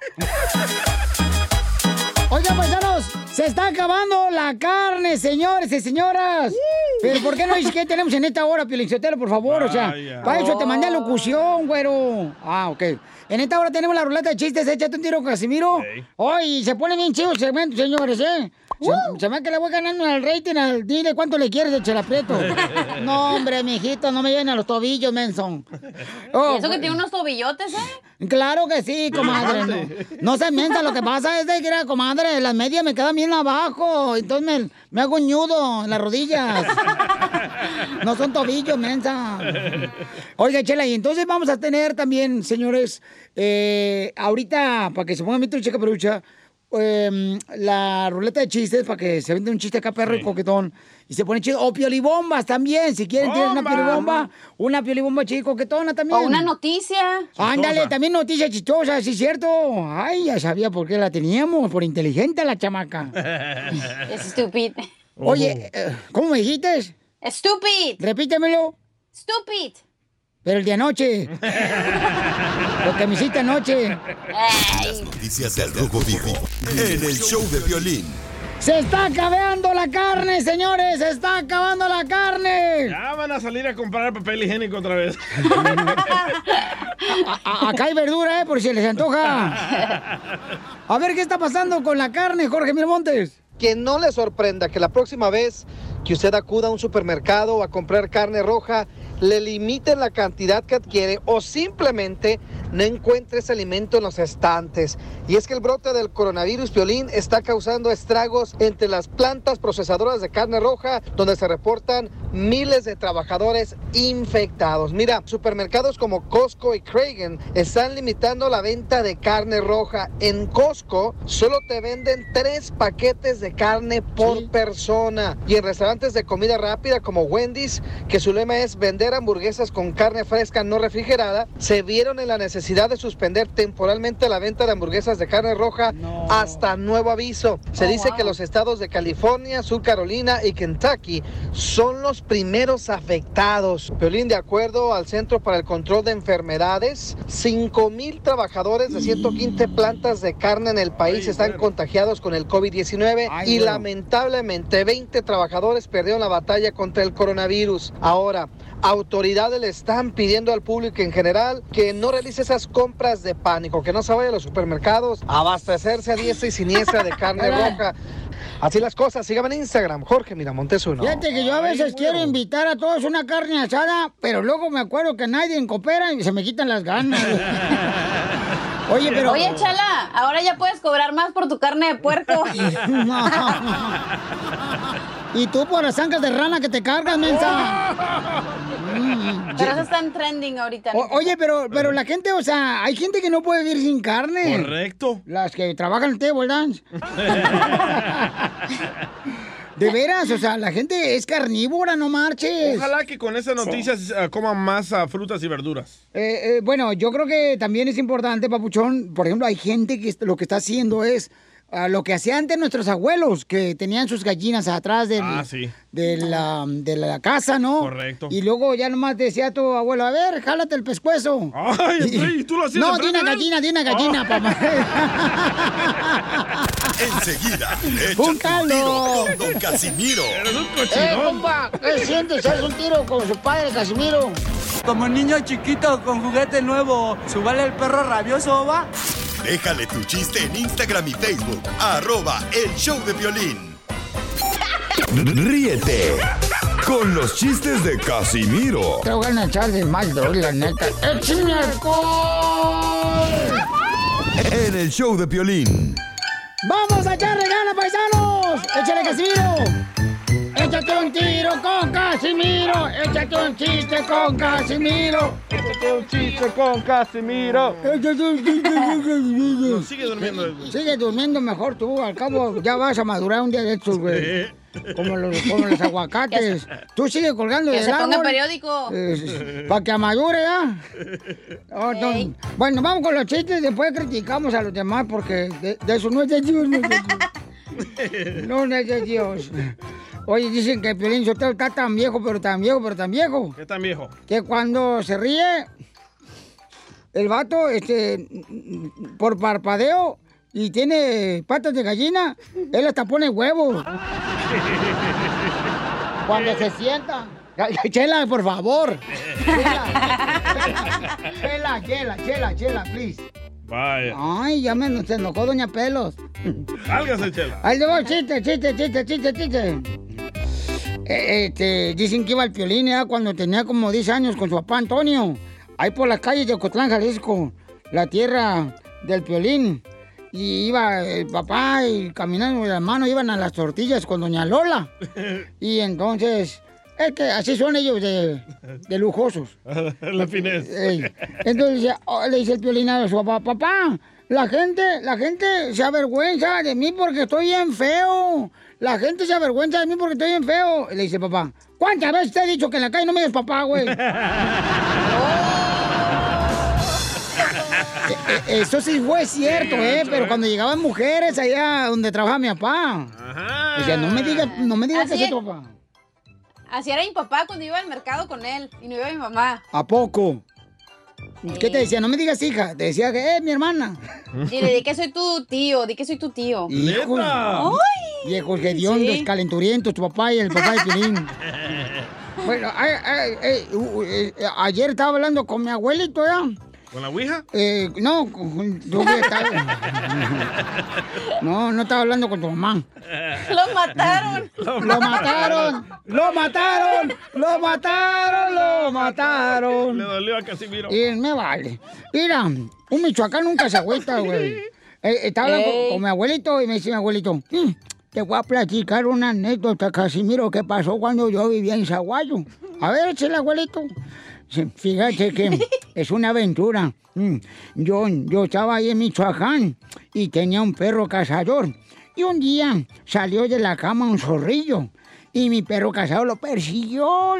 Oigan, paisanos, se está acabando la carne, señores y señoras. Pero ¿por qué no dices qué tenemos en esta hora, Piolinsotelo, por favor? O sea, para eso te mandé a locución, güero. Ok. En esta hora tenemos la ruleta de chistes. Échate un tiro con Casimiro. Hoy se pone bien chido el segmento, señores, ¿eh? Se me que le voy ganando al rating. Dile cuánto le quieres de Chela Prieto. No, hombre, mijito, no me lleven a los tobillos, menson. ¿Y eso que tiene unos tobillotes, Claro que sí, comadre. No se mensa, lo que pasa es de que, comadre, las medias me quedan bien abajo. Entonces me hago un nudo en las rodillas. No son tobillos, mensa. Oiga, Chela, y entonces vamos a tener también, señores, ahorita, para que se pongan mi trucha caperucha, la ruleta de chistes, para que se vende un chiste acá, perro y coquetón, y se pone chido. O piolibombas también, si quieren tirar una piolibomba chida y coquetona también. O una noticia. Ándale, también noticia chistosa, sí, cierto. Ay, ya sabía por qué la teníamos, por inteligente la chamaca. Es stupid. Oye, ¿cómo me dijiste? Stupid. Repítemelo. Stupid. Pero el de anoche. Lo que me hiciste anoche. Las noticias del Rojo Vivo en el show de Piolín. ¡Se está acabando la carne, señores! ¡Se está acabando la carne! Ya van a salir a comprar papel higiénico otra vez. Acá hay verdura, por si les antoja. A ver, ¿qué está pasando con la carne, Jorge Miramontes? Que no le sorprenda que la próxima vez que usted acuda a un supermercado a comprar carne roja, le limiten la cantidad que adquiere o simplemente no encuentre ese alimento en los estantes. Y es que el brote del coronavirus, Piolín, está causando estragos entre las plantas procesadoras de carne roja, donde se reportan miles de trabajadores infectados. Mira, supermercados como Costco y Kragen están limitando la venta de carne roja. En Costco solo te venden 3 paquetes de carne por persona. Y en restaurantes de comida rápida como Wendy's, que su lema es vender hamburguesas con carne fresca no refrigerada, se vieron en la necesidad de suspender temporalmente la venta de hamburguesas de carne roja hasta nuevo aviso. Se dice que los estados de California, Sur Carolina y Kentucky son los primeros afectados. Piolín, de acuerdo al Centro para el Control de Enfermedades, 5,000 trabajadores de 115 plantas de carne en el país están contagiados con el COVID-19 y lamentablemente 20 trabajadores perdieron la batalla contra el coronavirus. Ahora, Autoridades le están pidiendo al público en general que no realice esas compras de pánico, que no se vaya a los supermercados a abastecerse a diestra y siniestra de carne roja. Así las cosas, síganme en Instagram, Jorge Miramontes 1. Fíjate que yo a veces quiero invitar a todos una carne asada, pero luego me acuerdo que nadie coopera y se me quitan las ganas. Oye, Chala, ahora ya puedes cobrar más por tu carne de puerco. Y tú por las ancas de rana que te cargas, mensa. Pero eso está en trending ahorita. Oye, pero la gente, o sea, hay gente que no puede vivir sin carne. Correcto. Las que trabajan en table dance. De veras, o sea, la gente es carnívora, no marches. Ojalá que con esa noticia coman más frutas y verduras. Bueno, yo creo que también es importante, papuchón. Por ejemplo, hay gente que lo que está haciendo es lo que hacían antes nuestros abuelos, que tenían sus gallinas atrás de la casa, ¿no? Correcto. Y luego ya nomás decía tu abuelo, a ver, jálate el pescuezo. Ay, ¿y tú lo hacías? No, di una gallina, papá. Enseguida, ¡un échate un tiro con Don Casimiro. Compa, ¿qué sientes? ¿Haz un tiro con su padre, Casimiro? Como niño chiquito con juguete nuevo, ¿subale el perro rabioso, va? Déjale tu chiste en Instagram y Facebook, @elshowdepiolín. Ríete con los chistes de Casimiro. Te voy a echar de mal, la neta. ¡Échame alcohol! En el show de Piolín. ¡Vamos a echarle ganas, paisanos! ¡Échale, Casimiro! ¡Échate un tiro con Casimiro! ¡Échate un chiste con Casimiro! ¡Échate un chiste con Casimiro! ¡Échate un chiste con Casimiro! No, sigue durmiendo. Sigue durmiendo mejor tú. Al cabo ya vas a madurar un día de estos, güey. Como los aguacates. Tú sigue colgando que del árbol. Que se ponga periódico. Para que amadure, ¿ah? Bueno, vamos con los chistes. Después criticamos a los demás porque de eso no es de Dios. No es de Dios. Oye, dicen que Piolín Sotelo está tan viejo, pero tan viejo. ¿Qué tan viejo? Que cuando se ríe, el vato, por parpadeo y tiene patas de gallina, él hasta pone huevos. Cuando se sienta. Chela, por favor. Chela, please. Vaya. Ay, ya se enojó Doña Pelos. Sálgase, Chela. Ahí le voy, chiste. Dicen que iba al Piolín cuando tenía como 10 años con su papá Antonio. Ahí por las calles de Ocotlán, Jalisco, la tierra del Piolín. Y iba el papá y caminando de las manos iban a las tortillas con Doña Lola. Y entonces, es que así son ellos de lujosos. La finés. Entonces le dice el Piolín a su papá, papá, la gente se avergüenza de mí porque estoy bien feo. La gente se avergüenza de mí porque estoy bien feo. Y le dice papá, ¿cuántas veces te he dicho que en la calle no me digas papá, güey? Eso sí fue cierto, pero cuando llegaban mujeres allá donde trabajaba mi papá, decía, no me digas que soy tu papá. Así era mi papá cuando iba al mercado con él y no iba mi mamá. ¿A poco? ¿Qué te decía? No me digas hija, te decía que mi hermana. Dile, di que soy tu tío, Hijos, viejos hediondos, sí, calenturientos, tu papá y el papá de Piolín. Bueno, ayer estaba hablando con mi abuelito, ¿ya? ¿Con la ouija? No, no estaba hablando con tu mamá. ¡Lo mataron! ¡Lo mataron! Le dolió a Casimiro. Y me vale. Mira, un Michoacán nunca se agüita, güey. Estaba hablando con mi abuelito y me dice mi abuelito, te voy a platicar una anécdota, Casimiro, que pasó cuando yo vivía en Zaguayo. A ver, échale, abuelito. Fíjate que es una aventura. Yo estaba ahí en Michoacán y tenía un perro cazador. Y un día salió de la cama un zorrillo. Y mi perro cazador lo persiguió.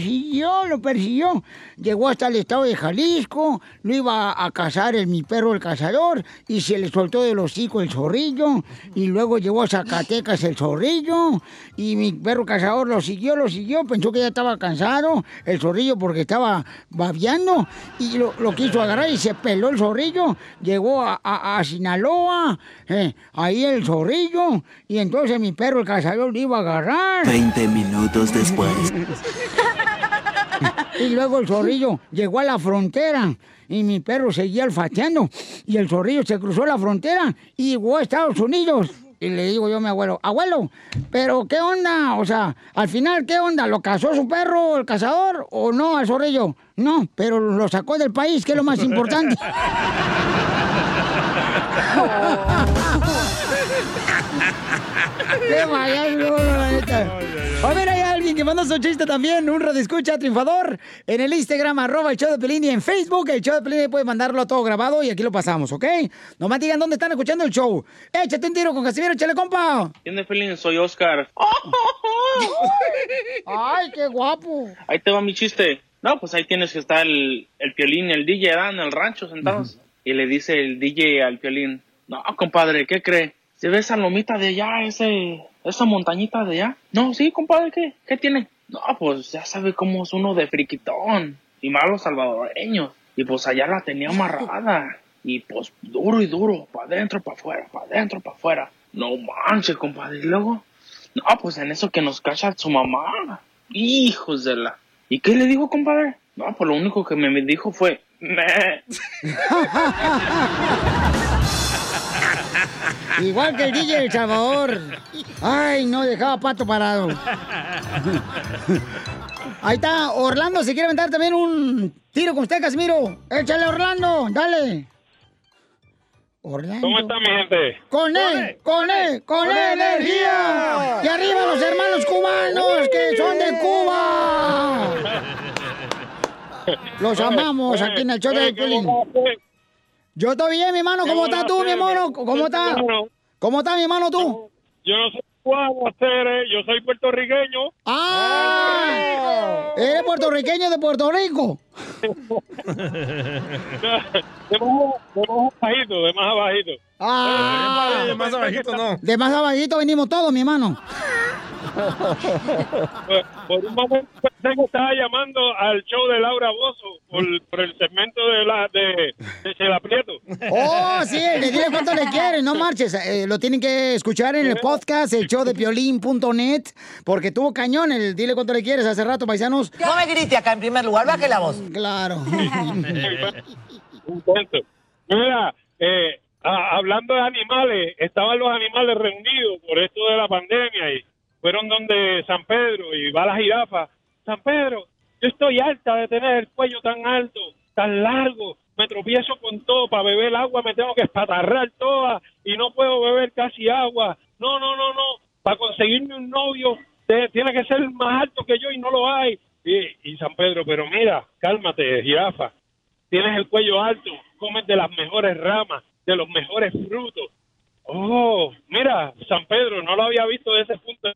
Llegó hasta el estado de Jalisco, lo iba a cazar mi perro el cazador, y se le soltó del hocico el zorrillo, y luego llegó a Zacatecas el zorrillo, y mi perro cazador lo siguió, pensó que ya estaba cansado, el zorrillo porque estaba babeando, y lo quiso agarrar y se peló el zorrillo, llegó a Sinaloa, ahí el zorrillo, y entonces mi perro el cazador lo iba a agarrar. 20 minutos después. Y luego el zorrillo llegó a la frontera y mi perro seguía olfateando. Y el zorrillo se cruzó la frontera y llegó a Estados Unidos. Y le digo yo a mi abuelo, abuelo, ¿pero qué onda? O sea, al final, ¿qué onda? ¿Lo cazó su perro, el cazador, o no al zorrillo? No, pero lo sacó del país, que es lo más importante. ¡Qué vaya, la neta! A ver, hay alguien que mandó su chiste también, un radioescucha triunfador, en el Instagram, @el show de Piolín, y en Facebook, el show de Piolín, puede mandarlo todo grabado y aquí lo pasamos, ¿ok? Nomás digan dónde están escuchando el show. Échate un tiro con Casimiro, échale, compa. ¿Quién es Piolín? Soy Oscar. ¡Ay, qué guapo! Ahí te va mi chiste. No, pues ahí tienes que estar el Piolín y el DJ en el rancho sentados. Y le dice el DJ al Piolín, no, compadre, ¿qué cree? ¿Se ve esa lomita de allá, esa montañita de allá? No, sí, compadre, ¿qué tiene? No, pues ya sabe cómo es uno de friquitón y malos salvadoreños. Y pues allá la tenía amarrada. Y pues duro y duro, para adentro, para afuera, para adentro, para afuera. No manches, compadre. Y luego, no, pues en eso que nos cacha su mamá. Hijos de la... ¿Y qué le digo, compadre? No, pues lo único que me dijo fue... Meh. Igual que el DJ de El Salvador. Ay, no, dejaba pato parado. Ahí está, Orlando, si quiere aventar también un tiro con usted, Casimiro. Échale, Orlando, dale. Orlando. ¿Cómo está mi gente? ¡Con energía! ¡Y arriba los hermanos cubanos que son de Cuba! Los amamos aquí en el show de Piolín. Yo estoy bien, mi hermano. ¿Cómo estás tú, mi hermano? ¿Cómo estás? ¿Cómo estás, mi hermano, tú? Yo no soy cubano, yo soy puertorriqueño. ¡Ah! ¿Eres puertorriqueño de Puerto Rico? De más abajito. Ah, de más abajito no. De más abajito venimos todos, mi hermano. Por un momento pensé que estaba llamando al show de Laura Bozzo por el segmento de Chela Prieto. Oh, sí, le dile cuánto le quieren, no marches. Lo tienen que escuchar en el podcast, el show de Piolín.net, porque tuvo cañón el dile cuánto le quieres hace rato, paisanos. No me grite acá en primer lugar, baje la voz. Claro. Mira, hablando de animales, estaban los animales reunidos por esto de la pandemia y fueron donde San Pedro y va la jirafa. San Pedro, yo estoy harta de tener el cuello tan alto, tan largo, me tropiezo con todo, para beber agua me tengo que espatarrar toda y no puedo beber casi agua. No, para conseguirme un novio tiene que ser más alto que yo y no lo hay. Y San Pedro, pero mira, cálmate, jirafa, tienes el cuello alto, comes de las mejores ramas, de los mejores frutos. Oh, mira, San Pedro, no lo había visto de ese punto.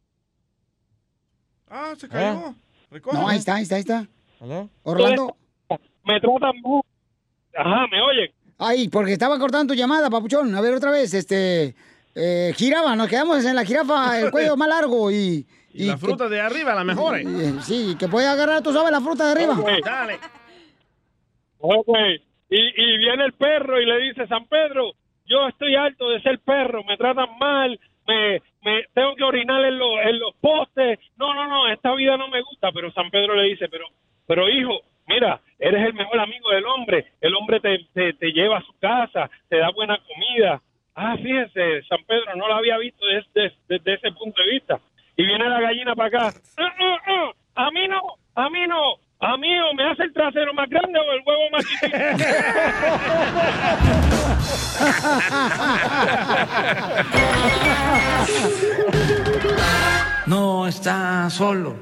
Ah, se cayó. No, ahí está. ¿Aló? Orlando. Me tratan muy... Ajá, ¿me oyen? Ay, porque estaba cortando tu llamada, papuchón. A ver, otra vez, jirafa, nos quedamos en la jirafa, el cuello más largo y la fruta de arriba, la mejor. Sí, que puede agarrar, tú sabes, la fruta de arriba. Okay. Dale. Ok, y viene el perro y le dice, San Pedro, yo estoy harto de ser perro, me tratan mal, me tengo que orinar en los postes. No, esta vida no me gusta. Pero San Pedro le dice, pero hijo, mira, eres el mejor amigo del hombre. El hombre te lleva a su casa, te da buena comida. Ah, fíjense, San Pedro, no lo había visto desde ese punto de vista. Y viene la gallina para acá. A mí no. Amigo, ¿me hace el trasero más grande o el huevo más chiquito? No está solo.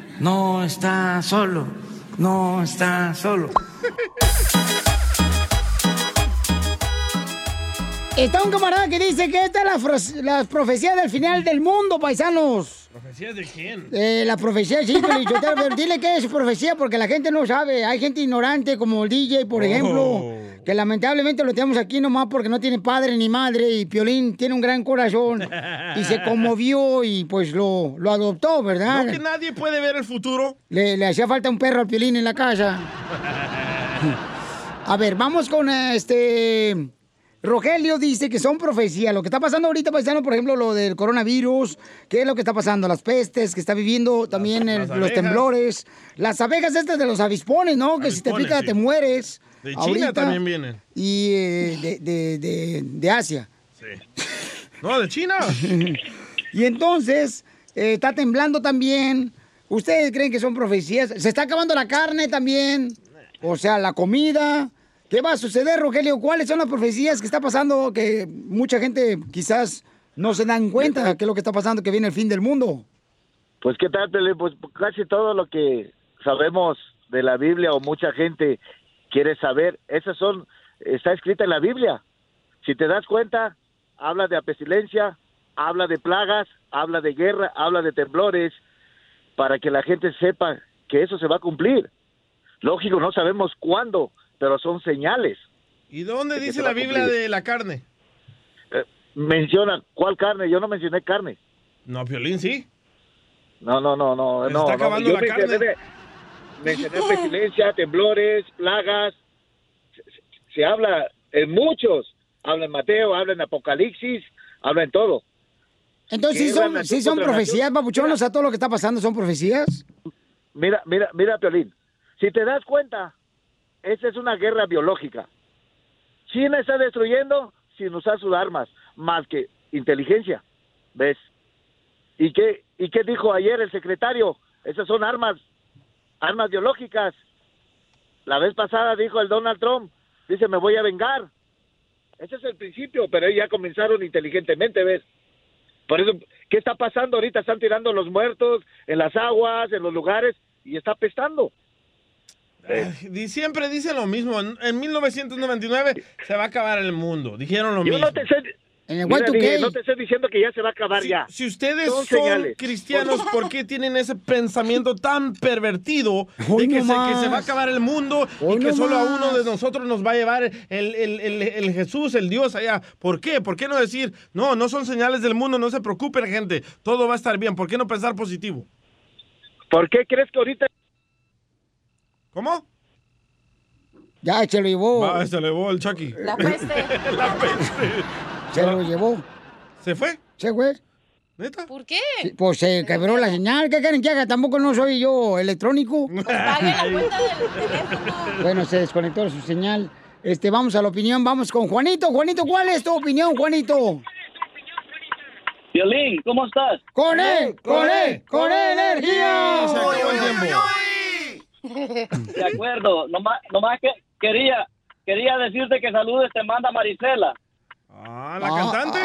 Está un camarada que dice que esta es la profecía del final del mundo, paisanos. ¿Profecía de quién? La profecía, sí, pero dile qué es profecía, porque la gente no sabe. Hay gente ignorante como el DJ, por ejemplo, que lamentablemente lo tenemos aquí nomás porque no tiene padre ni madre, y Piolín tiene un gran corazón y se conmovió y pues lo adoptó, ¿verdad? ¿No que nadie puede ver el futuro? Le hacía falta un perro al Piolín en la casa. A ver, vamos con Rogelio dice que son profecías. Lo que está pasando ahorita, paisano, por ejemplo, lo del coronavirus, ¿qué es lo que está pasando? Las pestes que está viviendo, también los temblores, las abejas estas de los avispones, ¿no? Que si te pica te mueres. De China también vienen. Y de Asia. Sí. No, de China. Y entonces, está temblando también. ¿Ustedes creen que son profecías? Se está acabando la carne también. O sea, la comida. ¿Qué va a suceder, Rogelio? ¿Cuáles son las profecías que está pasando que mucha gente quizás no se dan cuenta de qué es lo que está pasando, que viene el fin del mundo? Pues, ¿qué tal, Pelín? Pues casi todo lo que sabemos de la Biblia o mucha gente quiere saber, está escrita en la Biblia. Si te das cuenta, habla de pestilencia, habla de plagas, habla de guerra, habla de temblores, para que la gente sepa que eso se va a cumplir. Lógico, no sabemos cuándo, pero son señales. ¿Y dónde dice la Biblia de la carne? Menciona, ¿cuál carne? Yo no mencioné carne. No, Piolín, sí. No. Se está acabando la carne. Mencioné pestilencia, temblores, plagas. Se habla en muchos. Habla en Mateo, habla en Apocalipsis, habla en todo. Entonces, ¿sí son profecías, papuchón? O sea, todo lo que está pasando son profecías. Mira, Piolín. Si te das cuenta, esa es una guerra biológica. China está destruyendo sin usar sus armas, más que inteligencia. ¿Ves? ¿Y qué dijo ayer el secretario? Esas son armas biológicas. La vez pasada dijo el Donald Trump, dice, me voy a vengar. Ese es el principio, pero ellos ya comenzaron inteligentemente, ¿ves? Por eso, ¿qué está pasando ahorita? Están tirando los muertos en las aguas, en los lugares, y está apestando. Y siempre dicen lo mismo. En 1999 se va a acabar el mundo. Dijeron lo mismo. No te estoy diciendo que ya se va a acabar ya. Si ustedes son cristianos, ¿por qué tienen ese pensamiento tan pervertido de que se va a acabar el mundo y que solo a uno de nosotros nos va a llevar el Jesús, el Dios allá? ¿Por qué? ¿Por qué no decir, no son señales del mundo, no se preocupen, gente, todo va a estar bien? ¿Por qué no pensar positivo? ¿Por qué crees que ahorita... ¿Cómo? Ya, se lo llevó. Se lo llevó el Chucky. La peste. La peste. Se lo llevó. ¿Se fue? Se fue. ¿Neta? ¿Por qué? Sí, pues se quebró la señal. ¿Qué quieren que haga? Tampoco no soy yo electrónico. Pues pague la cuenta del teléfono. Bueno, se desconectó su señal. Vamos a la opinión. Vamos con Juanito. Juanito, ¿cuál es tu opinión, Juanito? Piolín, ¿cómo estás? ¡Con energía! Se acabó el tiempo. De acuerdo, nomás que quería decirte que saludes, te manda Marisela. ¿La cantante?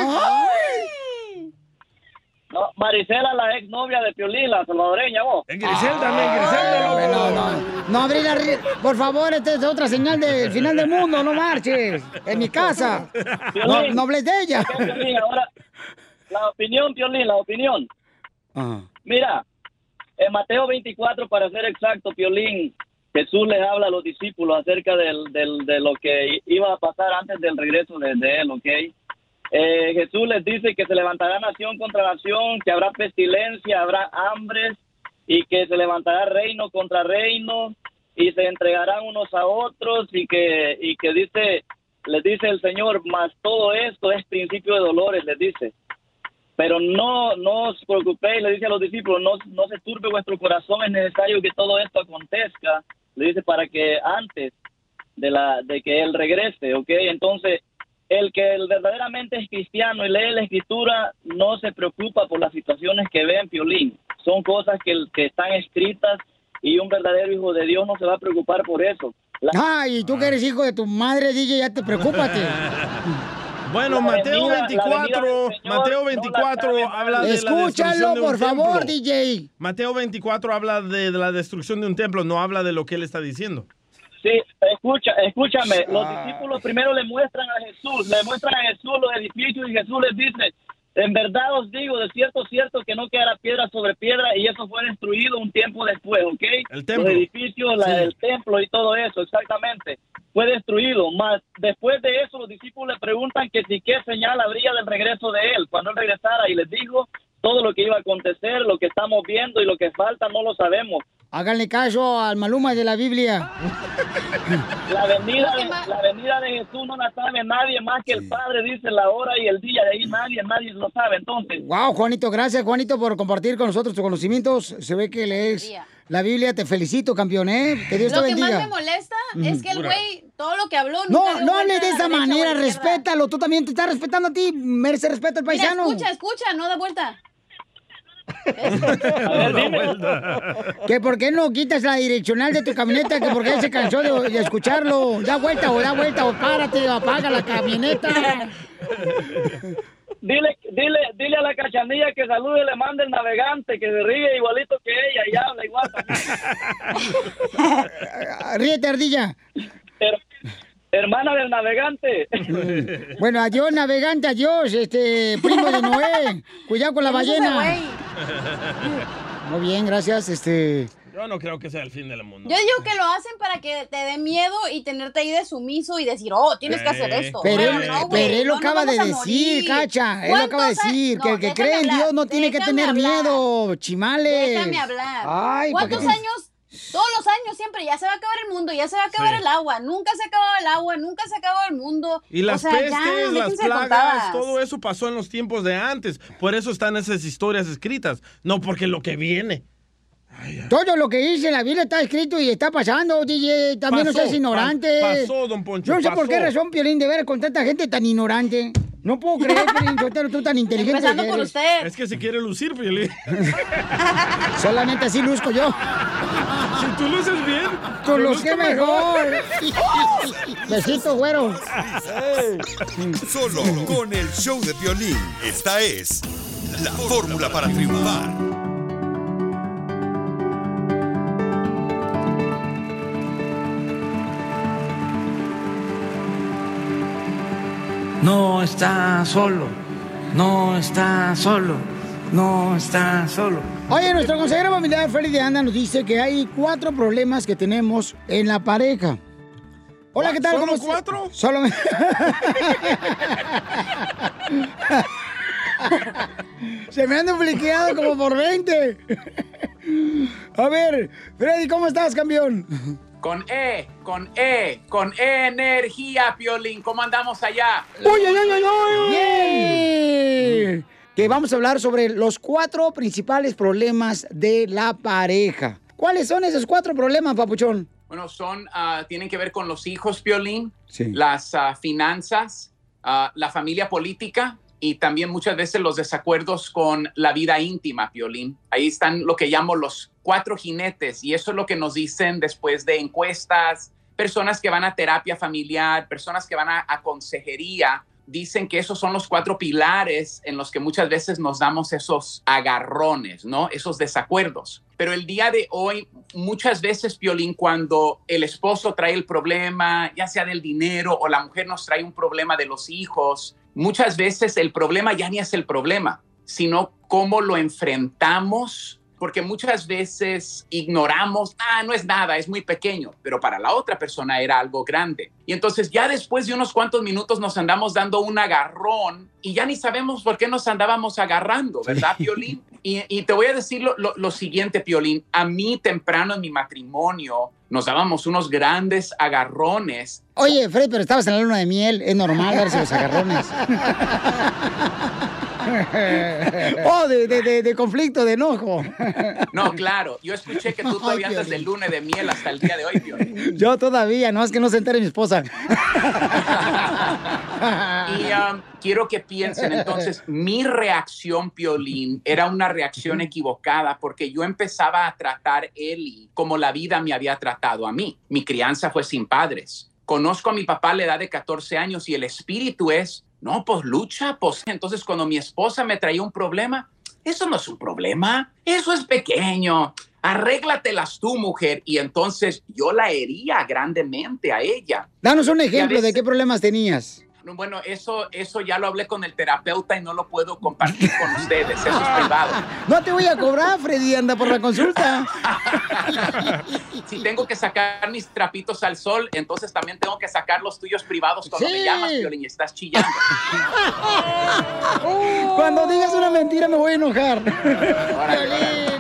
No, Marisela, la exnovia de Piolín, la salvadoreña, vos. Griselda, No, Abril, por favor, esta es otra señal del final del mundo, no marches. En mi casa. No hables de ella. Piolín, ahora, la opinión, Piolín, la opinión. Mira, en Mateo 24, para ser exacto, Piolín, Jesús les habla a los discípulos acerca de lo que iba a pasar antes del regreso de él, ¿ok? Jesús les dice que se levantará nación contra nación, que habrá pestilencia, habrá hambres, y que se levantará reino contra reino, y se entregarán unos a otros, y que les dice el Señor, mas todo esto es principio de dolores, les dice. Pero no os preocupéis, le dice a los discípulos, no se turbe vuestro corazón, es necesario que todo esto acontezca, le dice, para que antes de que Él regrese, ¿ok? Entonces, el que verdaderamente es cristiano y lee la Escritura no se preocupa por las situaciones que ve en Piolín. Son cosas que están escritas y un verdadero hijo de Dios no se va a preocupar por eso. Y tú que eres hijo de tu madre, DJ, ya te preocúpate. Bueno, Mateo 24 habla de la destrucción de un templo. Escúchalo, por favor, DJ. Mateo 24 habla de la destrucción de un templo, no habla de lo que él está diciendo. Sí, escúchame. Los discípulos primero le muestran a Jesús los edificios y Jesús les dice, en verdad os digo, de cierto, que no quedará piedra sobre piedra, y eso fue destruido un tiempo después, ¿ok? El templo. Los edificios, el templo y todo eso, exactamente. Fue destruido, más después de eso los discípulos le preguntan que si qué señal habría del regreso de él, cuando él regresara, y les dijo todo lo que iba a acontecer, lo que estamos viendo y lo que falta no lo sabemos, Háganle caso al Maluma de la Biblia. La venida de Jesús no la sabe nadie más que el Padre, dice la hora y el día, de ahí nadie lo sabe, entonces. Wow, Juanito, gracias, Juanito, por compartir con nosotros tus conocimientos. Se ve que lees la Biblia. Te felicito, campeón, ¿eh? Que Dios te bendiga. Lo que más me molesta es que el güey, todo lo que habló... No hables de esa manera, respétalo. Tú también te estás respetando a ti. Merece respeto al paisano. Mira, escucha, no da vuelta. A ver, dime. Que por qué no quitas la direccional de tu camioneta, que porque él se cansó de escucharlo. Da vuelta o párate o apaga la camioneta. Dile a la Cachanilla que salude y le mande el navegante, que se ríe igualito que ella y habla igual también. Ríete, ardilla. Hermana del navegante. Bueno, adiós, navegante, adiós, primo de Noé. Cuidado con la ballena. Muy bien, gracias, Yo no creo que sea el fin del mundo. Yo digo que lo hacen para que te dé miedo y tenerte ahí de sumiso y decir, tienes que hacer esto. Pero él lo acaba de decir, Cacha. Él lo acaba de decir, que el que cree en Dios no tiene que tener miedo, chimales. Déjame hablar. Ay, ¿cuántos años? Todos los años siempre, ya se va a acabar el mundo, ya se va a acabar el agua. Nunca se ha acabado el agua, nunca se ha acabado el mundo. Y las pestes, las plagas, contadas. todo eso pasó en los tiempos de antes. Por eso están esas historias escritas, no porque lo que viene. Todo lo que dice la Biblia está escrito y está pasando, DJ. También no seas ignorante. Pasó, don Poncho. Yo no sé por qué razón, Piolín, de ver con tanta gente tan ignorante. No puedo creer, Piolín, tú tan inteligente. Empezando por usted. Es que se quiere lucir, Piolín. Solamente así luzco yo. Si tú luces bien, tú luces mejor. Besito, güero. Solo con el show de Piolín. Esta es la fórmula para triunfar. No está solo, no está solo, no está solo. Oye, nuestro consejero familiar Félix de Anda nos dice que hay 4 problemas que tenemos en la pareja. Hola, ¿qué tal? ¿Solo ¿Cómo 4? Solo... Se me han duplicado como por 20. A ver, Freddy, ¿cómo estás, campeón? Con energía, Piolín. ¿Cómo andamos allá? ¡Uy! ¡Bien! Que vamos a hablar sobre los 4 principales problemas de la pareja. ¿Cuáles son esos 4 problemas, papuchón? Bueno, tienen que ver con los hijos, Piolín, sí, las finanzas, la familia política y también muchas veces los desacuerdos con la vida íntima, Piolín. Ahí están lo que llamo los 4 jinetes y eso es lo que nos dicen después de encuestas, personas que van a terapia familiar, personas que van a consejería. Dicen que esos son los 4 pilares en los que muchas veces nos damos esos agarrones, ¿no? Esos desacuerdos. Pero el día de hoy, muchas veces, Piolín, cuando el esposo trae el problema, ya sea del dinero o la mujer nos trae un problema de los hijos, muchas veces el problema ya ni es el problema, sino cómo lo enfrentamos, porque muchas veces ignoramos, no es nada, es muy pequeño, pero para la otra persona era algo grande. Y entonces ya después de unos cuantos minutos nos andamos dando un agarrón y ya ni sabemos por qué nos andábamos agarrando, ¿verdad, Piolín? Y te voy a decir lo siguiente, Piolín. A mí temprano en mi matrimonio nos dábamos unos grandes agarrones. Oye, Fred, pero estabas en la luna de miel, es normal darse los agarrones. De conflicto, de enojo. No, claro. Yo escuché que tú todavía andas de luna de miel hasta el día de hoy, Piolín. Yo todavía, no es que no se entere mi esposa. Y quiero que piensen, entonces, mi reacción, Piolín, era una reacción equivocada porque yo empezaba a tratar Eli como la vida me había tratado a mí. Mi crianza fue sin padres. Conozco a mi papá a la edad de 14 años y el espíritu es, no, pues lucha, pues. Entonces, cuando mi esposa me traía un problema, eso no es un problema, eso es pequeño. Arréglatelas tú, mujer. Y entonces yo la hería grandemente a ella. Danos un ejemplo de qué problemas tenías. Bueno, eso ya lo hablé con el terapeuta y no lo puedo compartir con ustedes. Eso es privado. No te voy a cobrar, Freddy, anda por la consulta. Si tengo que sacar mis trapitos al sol, entonces también tengo que sacar los tuyos privados cuando me llamas, Piolín, y estás chillando. Cuando digas una mentira me voy a enojar. Piolín, te lo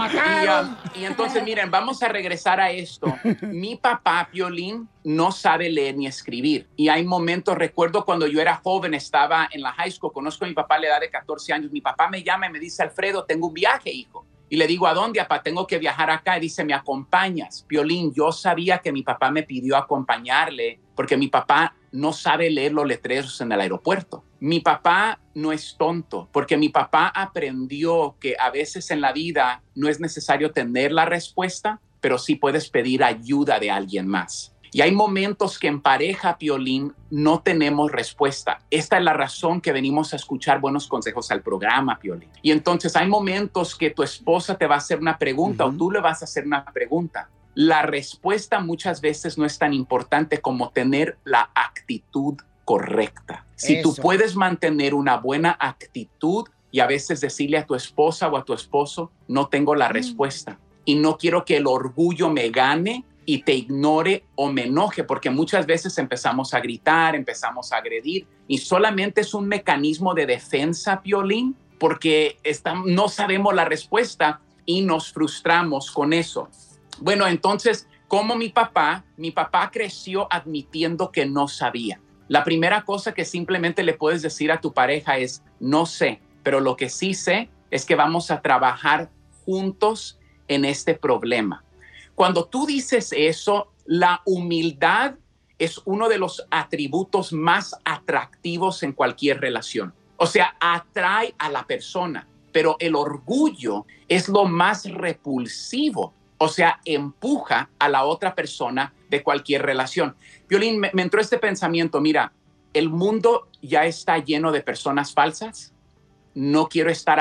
mataron. Y entonces, miren, vamos a regresar a esto. Mi papá, Piolín, no sabe leer ni escribir. Y hay momentos, recuerdo cuando yo era joven, estaba en la high school, conozco a mi papá a la edad de 14 años. Mi papá me llama y me dice, Alfredo, tengo un viaje, hijo. Y le digo, ¿a dónde, papá? Tengo que viajar acá. Y dice, ¿me acompañas? Piolín, yo sabía que mi papá me pidió acompañarle porque mi papá no sabe leer los letreros en el aeropuerto. Mi papá no es tonto, porque mi papá aprendió que a veces en la vida no es necesario tener la respuesta, pero sí puedes pedir ayuda de alguien más. Y hay momentos que en pareja, Piolín, no tenemos respuesta. Esta es la razón que venimos a escuchar buenos consejos al programa, Piolín. Y entonces hay momentos que tu esposa te va a hacer una pregunta o tú le vas a hacer una pregunta. La respuesta muchas veces no es tan importante como tener la actitud correcta. Si tú puedes mantener una actitud actitud y a veces decirle a tu esposa o a tu esposo, no tengo la respuesta y no quiero que el orgullo me gane y te ignore o me enoje, porque muchas veces empezamos a gritar, empezamos a agredir y solamente es un mecanismo de defensa, Piolín, porque no sabemos la respuesta y nos frustramos con eso. Bueno, entonces, como mi papá creció admitiendo que no sabía. La primera cosa que simplemente le puedes decir a tu pareja es, no sé, pero lo que sí sé es que vamos a trabajar juntos en este problema. Cuando tú dices eso, la humildad es uno de los atributos más atractivos en cualquier relación. O sea, atrae a la persona, pero el orgullo es lo más repulsivo. O sea, empuja a la otra persona de cualquier relación. Piolín, me entró este pensamiento, mira, el mundo ya está lleno de personas falsas. No quiero estar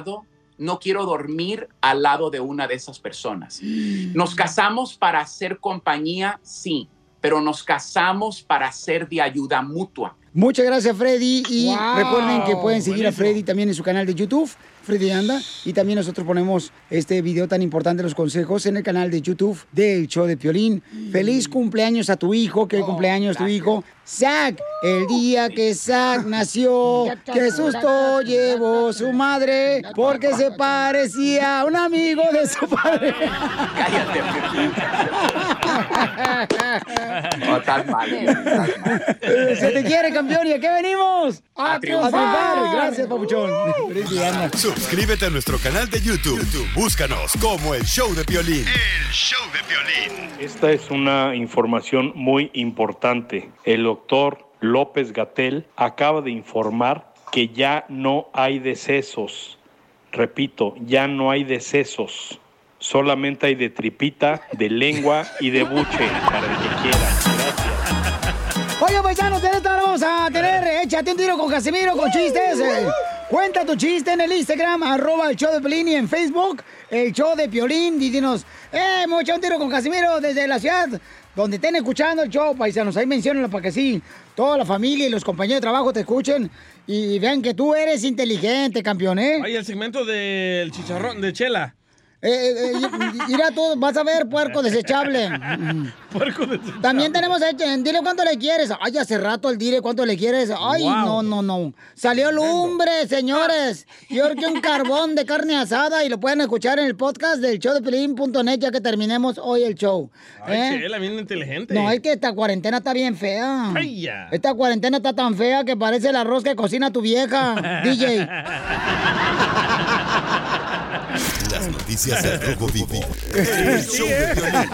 no quiero dormir al lado de una de esas personas. Nos casamos para hacer compañía, sí, pero nos casamos para ser de ayuda mutua. Muchas gracias, Freddy. Y recuerden que pueden seguir a Freddy también en su canal de YouTube, Freddy Anda. Y también nosotros ponemos este video tan importante, los consejos, en el canal de YouTube del Show de Piolín. Feliz cumpleaños a tu hijo, que cumpleaños tu hijo. Zach, el día que Zach nació, qué susto llevó su madre, porque se parecía a un amigo de su padre. Cállate, Piolín. No, estás mal. Se te quiere, campeón, ¿y a qué venimos? A triunfar. Gracias, papuchón. Suscríbete a nuestro canal de YouTube. Búscanos como El Show de Piolín. El Show de Piolín. Esta es una información muy importante. El doctor López-Gatell acaba de informar que ya no hay decesos. Repito, ya no hay decesos. Solamente hay de tripita, de lengua y de buche, para el que quiera. Gracias. Oye, paisanos, vamos a tener Échate un tiro con Casimiro con chistes. Cuenta tu chiste en el Instagram, @el show de Piolín, y en Facebook, el Show de Piolín. Y dinos, me eché un tiro con Casimiro desde la ciudad donde estén escuchando el show, paisanos. Ahí menciónenlo para que sí, toda la familia y los compañeros de trabajo te escuchen y vean que tú eres inteligente, campeón, ¿eh? Ay, el segmento del chicharrón de Chela. Mira tú, vas a ver, puerco desechable. Puerco desechable. También tenemos dile cuánto le quieres. Ay, hace rato el dile cuánto le quieres. Ay, wow. No. Salió lumbre, señores. Yo creo que un carbón de carne asada y lo pueden escuchar en el podcast del showdepiolín.net ya que terminemos hoy el show. Ay, Chela, bien inteligente. No, es que esta cuarentena está bien fea. Ay, ya. Esta cuarentena está tan fea que parece el arroz que cocina tu vieja, DJ. Las noticias del Rojo Vivo. El Show de Piolín.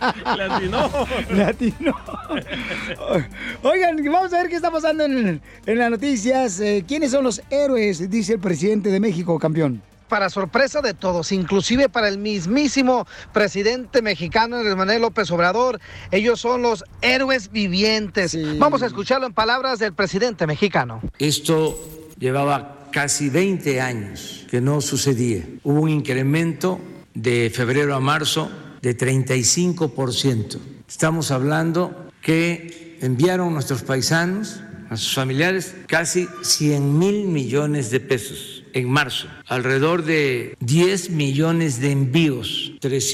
Latino. Oigan, vamos a ver qué está pasando en las noticias. ¿Quiénes son los héroes? Dice el presidente de México, campeón. Para sorpresa de todos, inclusive para el mismísimo presidente mexicano, Andrés Manuel López Obrador, ellos son los héroes vivientes. Sí. Vamos a escucharlo en palabras del presidente mexicano. Esto llevaba casi 20 años que no sucedía. Hubo un incremento de febrero a marzo de 35%. Estamos hablando que enviaron nuestros paisanos, a sus familiares, casi 100,000 millones de pesos en marzo. Alrededor de 10 millones de envíos,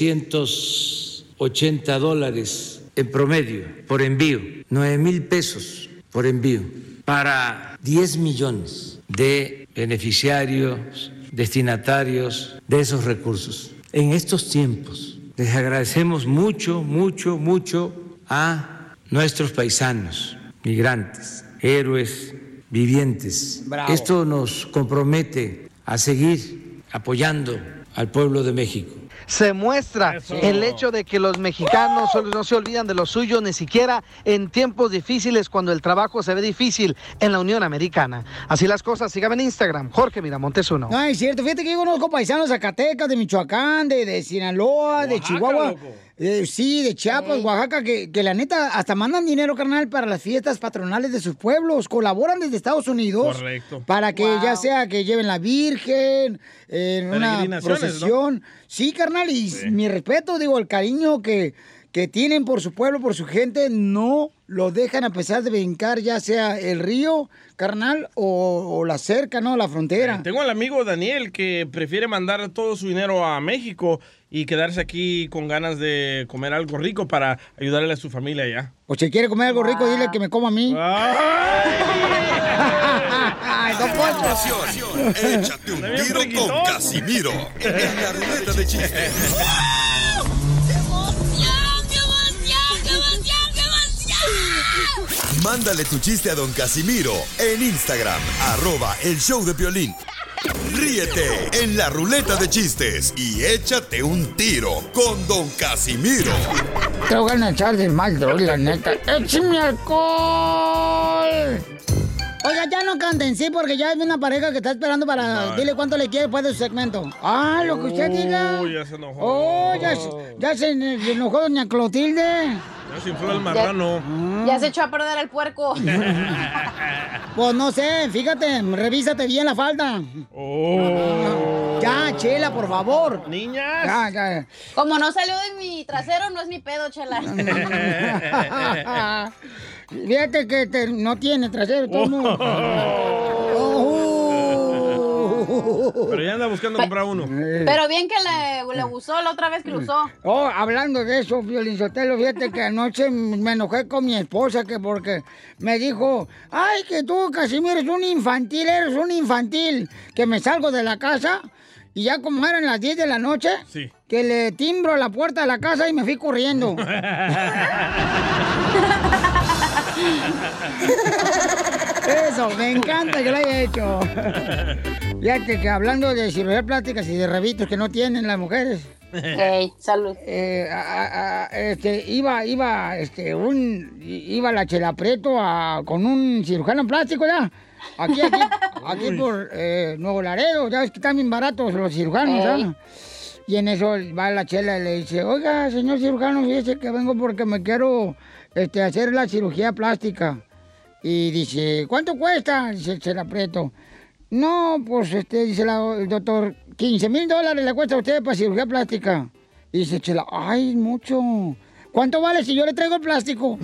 $380 en promedio por envío, 9,000 pesos por envío, para 10 millones de beneficiarios, destinatarios de esos recursos. en estos tiempos. Les agradecemos mucho, mucho, mucho a nuestros paisanos, migrantes, héroes vivientes. Bravo. Esto nos compromete a seguir apoyando al pueblo de México. Se muestra el hecho de que los mexicanos no se olvidan de lo suyo, ni siquiera en tiempos difíciles, cuando el trabajo se ve difícil en la Unión Americana. Así las cosas. Síganme en Instagram, Jorge Miramontes 1. No, es cierto. Fíjate que yo conozco paisanos de Zacatecas, de Michoacán, de Sinaloa, Oaxaca, de Chihuahua. Sí, de Chiapas, Oaxaca, que la neta hasta mandan dinero, carnal, para las fiestas patronales de sus pueblos. Colaboran desde Estados Unidos. Correcto. Para que ya sea que lleven la Virgen en una procesión. ¿No? Sí, carnal, y mi respeto, digo, el cariño que tienen por su pueblo, por su gente, no lo dejan a pesar de brincar ya sea el río, carnal, o la cerca, ¿no? La frontera. Tengo al amigo Daniel que prefiere mandar todo su dinero a México y quedarse aquí con ganas de comer algo rico para ayudarle a su familia allá. O si quiere comer algo rico, dile que me coma a mí. ¡Ay, don Poncho! Échate un tiro con Casimiro en la ruleta de chistes. Mándale tu chiste a don Casimiro en Instagram, @elshowdepiolín. Ríete en la ruleta de chistes y échate un tiro con don Casimiro. Te voy a echar de mal, la neta. ¡Échame alcohol! Oiga, ya no canten, sí, porque ya hay una pareja que está esperando para... Dile cuánto le quiere después de su segmento. Ah, lo que usted diga. Ya se enojó. Oh, ya se enojó doña Clotilde. Ya se infló el marrano. Ya se echó a perder el puerco. Pues no sé, fíjate, revísate bien la falda. Ya, Chela, por favor. Niñas. Ya. Como no salió de mi trasero, no es mi pedo, Chela. Fíjate que no tiene trasero, todo el mundo. Pero ya anda buscando comprar uno. Pero bien que le gustó la otra vez que lo usó. Oh, hablando de eso, Piolín Sotelo, fíjate que anoche me enojé con mi esposa porque me dijo, ay, que tú, Casimiro, eres un infantil, que me salgo de la casa y ya como eran las 10 de la noche, que le timbro a la puerta de la casa y me fui corriendo. Eso, me encanta que lo haya hecho. Fíjate que hablando de cirugía plásticas y de revitos que no tienen las mujeres. Hey, salud. Iba la Chela Prieto con un cirujano plástico ya. Aquí por Nuevo Laredo, ya ves que están bien baratos los cirujanos, ¿ya? Y en eso va la Chela y le dice, oiga, señor cirujano, fíjese que vengo porque me quiero hacer la cirugía plástica. Y dice, ¿cuánto cuesta? Dice Chela Prieto. No, pues dice el doctor, $15,000 le cuesta a usted para cirugía plástica. Y dice Chela, ay, mucho. ¿Cuánto vale si yo le traigo el plástico?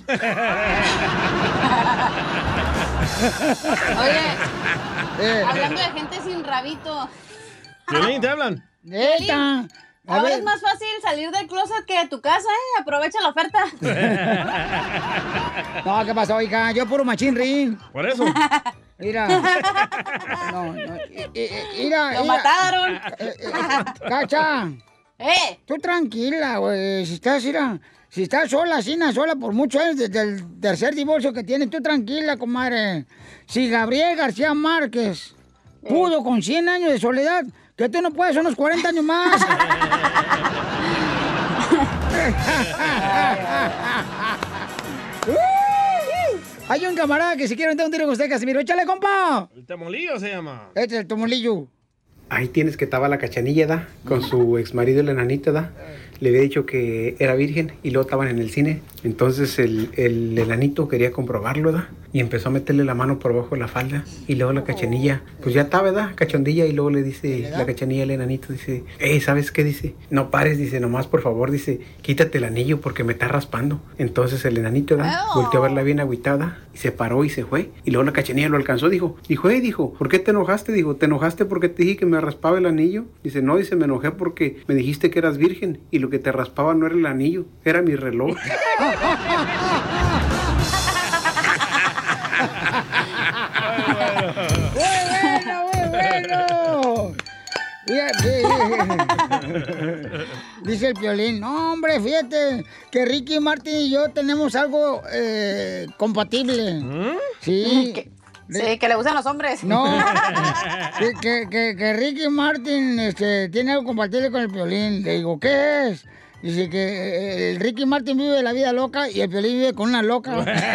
Oye, hablando de gente sin rabito. Violín, ¿te hablan? Ahora es más fácil salir del closet que de tu casa, ¿eh? Aprovecha la oferta. No, ¿qué pasó, hija? Yo puro machín ring. Por eso. Mira. Mira. Lo mataron. Cacha. Tú tranquila, güey. Si estás sola por muchos años desde el tercer divorcio que tienes, tú tranquila, comadre. Si Gabriel García Márquez pudo con 100 años de soledad, que tú no puedes unos 40 años más. Hay un camarada que si quiere meter un tiro con usted, Casimiro. ¡Échale, compa! El Temolillo se llama. Este es el Temolillo. Ahí tienes que estaba la Cachanilla, ¿da? Con su ex marido, el enanito, ¿da? Le había dicho que era virgen y luego estaban en el cine. Entonces el enanito quería comprobarlo, ¿da? Y empezó a meterle la mano por abajo de la falda. Y luego la Cachanilla, pues ya estaba, ¿da? Cachondilla. Y luego le dice la Cachanilla al enanito, dice, ¿sabes qué? Dice, no pares, dice, nomás por favor, dice, quítate el anillo porque me está raspando. Entonces el enanito, ¿da? Volteó a verla bien agüitada y se paró y se fue. Y luego la Cachanilla lo alcanzó, dijo, ¿por qué te enojaste? Dijo, ¿te enojaste porque te dije que me raspaba el anillo? Dice, no, dice, me enojé porque me dijiste que eras virgen y lo que te raspaba no era el anillo, era mi reloj. Muy bueno. Dice el Piolín, no, hombre, fíjate que Ricky Martin y yo tenemos algo compatible. Sí. Sí, que le gustan los hombres. No, que Ricky Martin tiene algo compatible con el Piolín. Le digo, ¿qué es? Dice que el Ricky Martin vive la vida loca y el Piolín vive con una loca.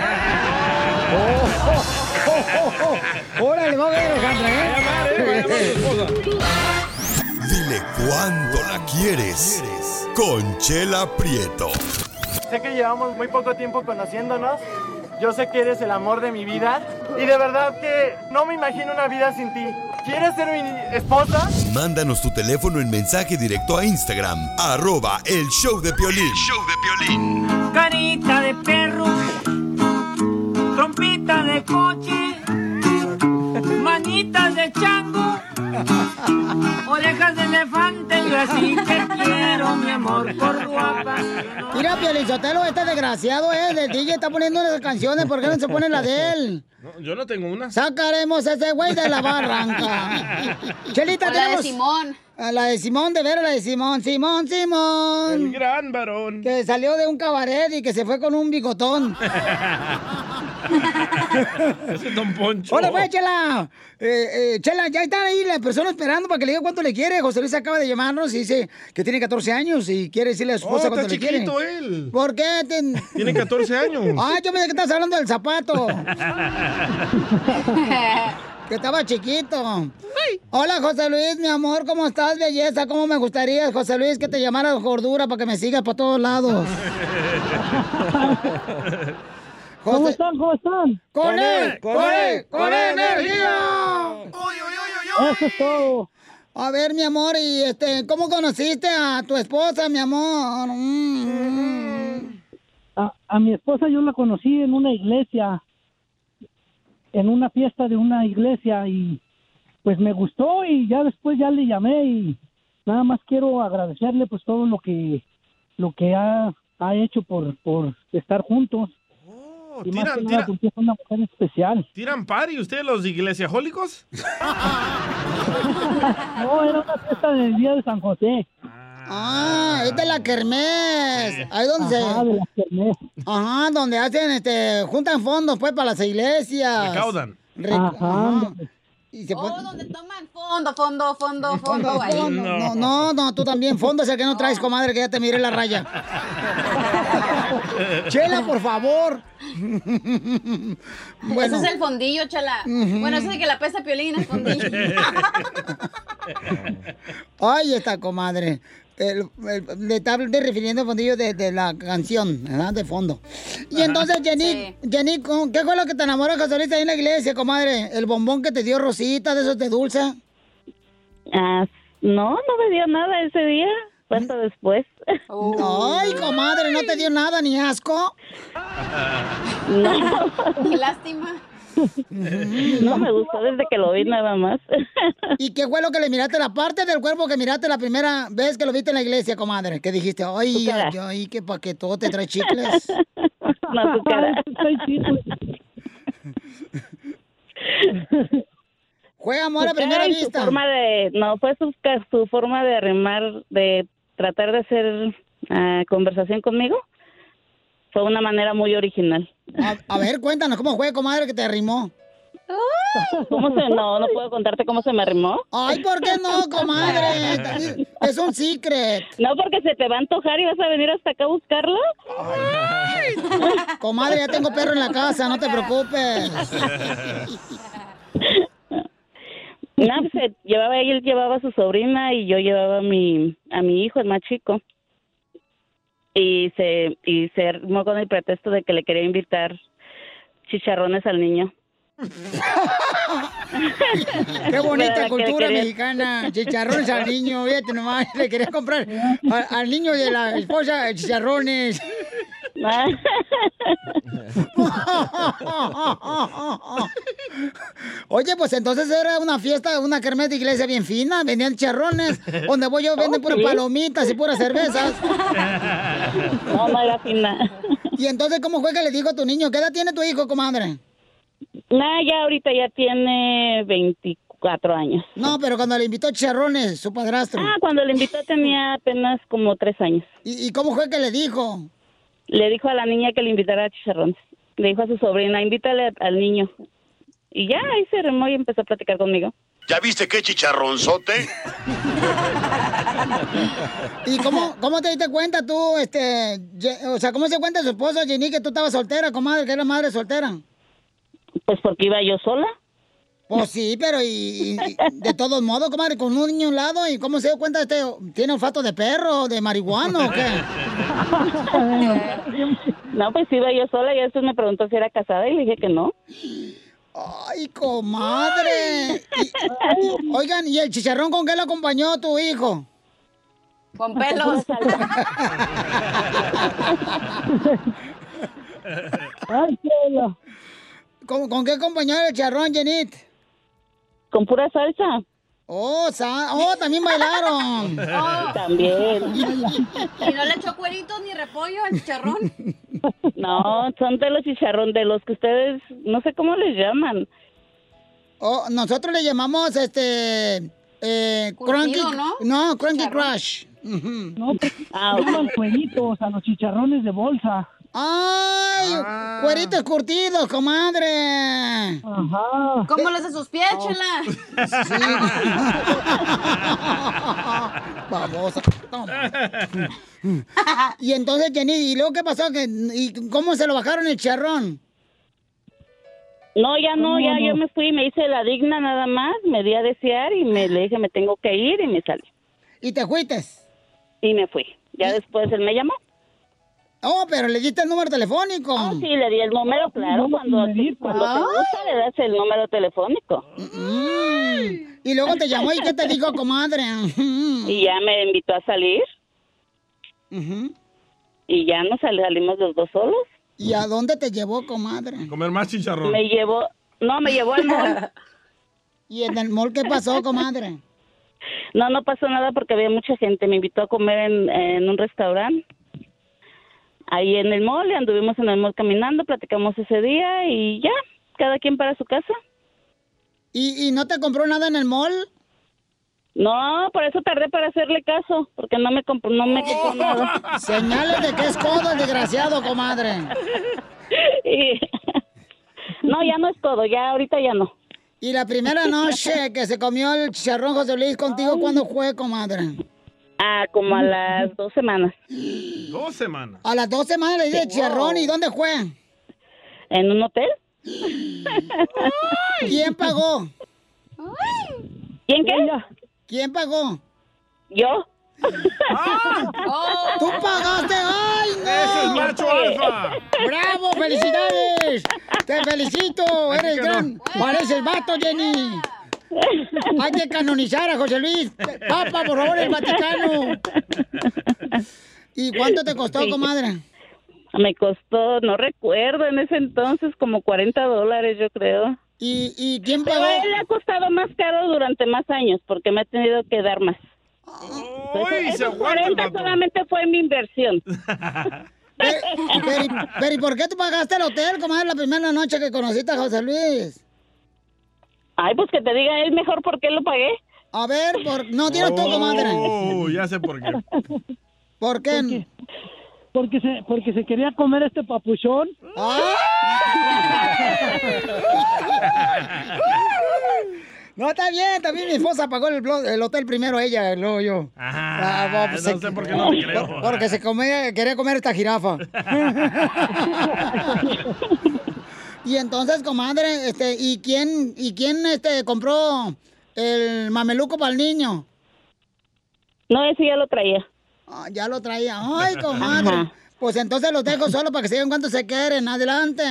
¡Órale, va a ver, Alejandra, Dile cuándo la quieres. Conchela Prieto. Sé que llevamos muy poco tiempo conociéndonos. Yo sé que eres el amor de mi vida. Y de verdad que no me imagino una vida sin ti. ¿Quieres ser mi esposa? Mándanos tu teléfono en mensaje directo a Instagram, @El Show de Piolín. Carita de perro, trompita de coche, manitas de chango, orejas de elefante, yo así te quiero, mi amor, por guapa. Mira, Piolizotelo, este desgraciado, del DJ está poniendo unas canciones, ¿por qué no se pone la de él? No, yo no tengo una. Sacaremos a ese güey de la barranca. Chelita, la de Simón. La de Simón, de veras, la de Simón. Simón. El gran varón. Que salió de un cabaret y que se fue con un bigotón. Ese es Don Poncho. ¡Hola, pues, Chela! Chela, ya están ahí las personas esperando para que le diga cuánto le quiere. José Luis acaba de llamarnos y dice que tiene 14 años y quiere decirle a su esposa cuánto le quiere. Está chiquito él. ¿Por qué? Tiene 14 años. Ah, yo pensé que estabas hablando del zapato. Que estaba chiquito. Hola, José Luis, mi amor, ¿cómo estás, belleza? ¿Cómo me gustaría, José Luis, que te llamara gordura para que me sigas por todos lados? ¿Cómo están? ¡Con energía! Eso es todo. A ver, mi amor, y ¿cómo conociste a tu esposa, mi amor? A mi esposa yo la conocí en una iglesia, en una fiesta de una iglesia, y pues me gustó y ya después ya le llamé y nada más quiero agradecerle pues todo lo que ha hecho por estar juntos. Y más que nada porque es una mujer especial. ¿Tiran party ustedes los iglesiajólicos? No, era una fiesta del Día de San José. Ah, es de la kermés. Ahí donde de la kermés. Ajá, donde hacen, juntan fondos, pues, para las iglesias. Recaudan. Ajá. Y se donde toman fondo. Ahí. No, tú también. Fondo es el que no traes, comadre, que ya te miré la raya. Chela, por favor. Bueno. Ese es el fondillo, Chela. Bueno, eso es que la pesa Piolín es fondillo. Ay, esta comadre. Le está refiriendo al fondillo de la canción, ¿verdad? De fondo. Y entonces, Jenny, ¿qué fue lo que te enamoró, José Luis, ahí en la iglesia, comadre? ¿El bombón que te dio Rosita, de esos de dulce? No me dio nada ese día. Fue hasta después. Ay, comadre, ¿no te dio nada ni asco? No. Qué lástima. No me gustó desde que lo vi nada más. ¿Y qué fue lo que le miraste? La parte del cuerpo que miraste la primera vez que lo viste en la iglesia, comadre. Que dijiste, ay, qué paquetote, trae chicles. No, tu cara. Fue amor a primera vista. Fue su forma de arrimar, de tratar de hacer conversación conmigo. Fue una manera muy original. A ver, cuéntanos, ¿cómo fue, comadre, que te arrimó? No puedo contarte cómo se me arrimó. Ay, ¿por qué no, comadre? Es un secret. No, porque se te va a antojar y vas a venir hasta acá a buscarlo. Ay. Comadre, ya tengo perro en la casa, no te preocupes. No, pues él llevaba a su sobrina y yo llevaba a mi hijo, el más chico. Y se armó con el pretexto de que le quería invitar chicharrones al niño. Qué bonita cultura mexicana. Chicharrones al niño, fíjate nomás. Le quería comprar al niño de la esposa chicharrones. Oye, pues entonces era una fiesta, una kermés de iglesia bien fina, vendían chicharrones. Donde voy yo venden puras palomitas y puras cervezas. No era fina. Y entonces, ¿cómo fue que le dijo a tu niño? ¿Qué edad tiene tu hijo, comadre? Ya ahorita ya tiene 4 años. No, pero cuando le invitó chicharrones, su padrastro. Ah, cuando le invitó tenía apenas como 3 años. ¿Y cómo fue que le dijo? Le dijo a la niña que le invitara a chicharrones. Le dijo a su sobrina, invítale al niño. Y ya, ahí se remó y empezó a platicar conmigo. ¿Ya viste qué chicharronzote? ¿Y cómo te diste cuenta tú, o sea, cómo se cuenta su esposo, Jenny, que tú estabas soltera, comadre, que eras madre soltera? Pues porque iba yo sola. Pues sí, pero y de todos modos, comadre, con un niño a un lado, ¿y cómo se dio cuenta tiene olfato de perro, de marihuana o qué? No, pues iba yo sola y después me preguntó si era casada y le dije que no. ¡Ay, comadre! Oigan, ¿y el chicharrón con qué lo acompañó tu hijo? Con pelos. Ay, cielo. ¿Con qué acompañó el chicharrón, Jenit? Con pura salsa. Oh, también bailaron. También. ¿Y no le echó cueritos ni repollo al chicharrón? No, son de los chicharrón, de los que ustedes, no sé cómo les llaman. Oh, nosotros le llamamos, Cranky, ¿no? No, Cranky Crush. No, llaman cueritos a los chicharrones de bolsa. ¡Ay! Cueritos curtidos, comadre. Ajá. ¿Cómo los de sus pies, chela? Sí. Babosa. Toma. Y entonces, Jenny, ¿y luego qué pasó? ¿Y cómo se lo bajaron el charrón? No, ya no, yo me fui, me hice la digna nada más, me di a desear y le dije me tengo que ir y me salí. ¿Y te fuiste? Y me fui. Ya después él me llamó. Oh, pero le diste el número telefónico. Oh, sí, le di el número, claro, cuando te gusta le das el número telefónico. Y luego te llamó y ¿qué te dijo, comadre? Y ya me invitó a salir. Y ya nos salimos los dos solos. ¿Y a dónde te llevó, comadre? Comer más chicharrón. Me llevó al mall. ¿Y en el mall qué pasó, comadre? No pasó nada porque había mucha gente. Me invitó a comer en un restaurante. Ahí en el mall, anduvimos en el mall caminando, platicamos ese día y ya, cada quien para su casa. ¿Y no te compró nada en el mall? No, por eso tardé para hacerle caso, porque no me compró nada. Señales de que es codo el desgraciado, comadre. No, ya no es codo, ya ahorita ya no. ¿Y la primera noche que se comió el chicharrón José Luis contigo, cuándo fue, comadre? Como a las 2 semanas. 2 semanas. A las 2 semanas le di chicharrón. ¿Y dónde fue? En un hotel. ¿Quién pagó? ¿Quién qué? ¿Quién pagó? Yo. ¡Tú pagaste! ¡Ay, no! ¡Ese es macho alfa! ¡Bravo! ¡Felicidades! ¡Te felicito! ¡Eres gran! ¡Pareces vato, Jenny! Hay que canonizar a José Luis. Papa, por favor, el Vaticano. ¿Y cuánto te costó, comadre? Me costó, no recuerdo, en ese entonces como $40, yo creo. ¿Y quién pagó? Pero él le ha costado más caro durante más años porque me ha tenido que dar más. Esos 40 solamente fue mi inversión. Pero ¿y por qué tú pagaste el hotel, comadre, la primera noche que conociste a José Luis? Ay, pues que te diga él mejor por qué lo pagué. A ver, no tienes tú, comadre. Ya sé por qué. ¿Por qué? Porque se quería comer este papuchón. No, está bien, también mi esposa pagó el hotel primero ella, luego yo. No sé por qué no te creo. Porque quería comer esta jirafa. Y entonces, comadre, ¿y quién compró el mameluco para el niño? No, ese ya lo traía. Ya lo traía. Ay, comadre. Ajá. Pues entonces los dejo solo para que se digan cuánto se quieren. Adelante.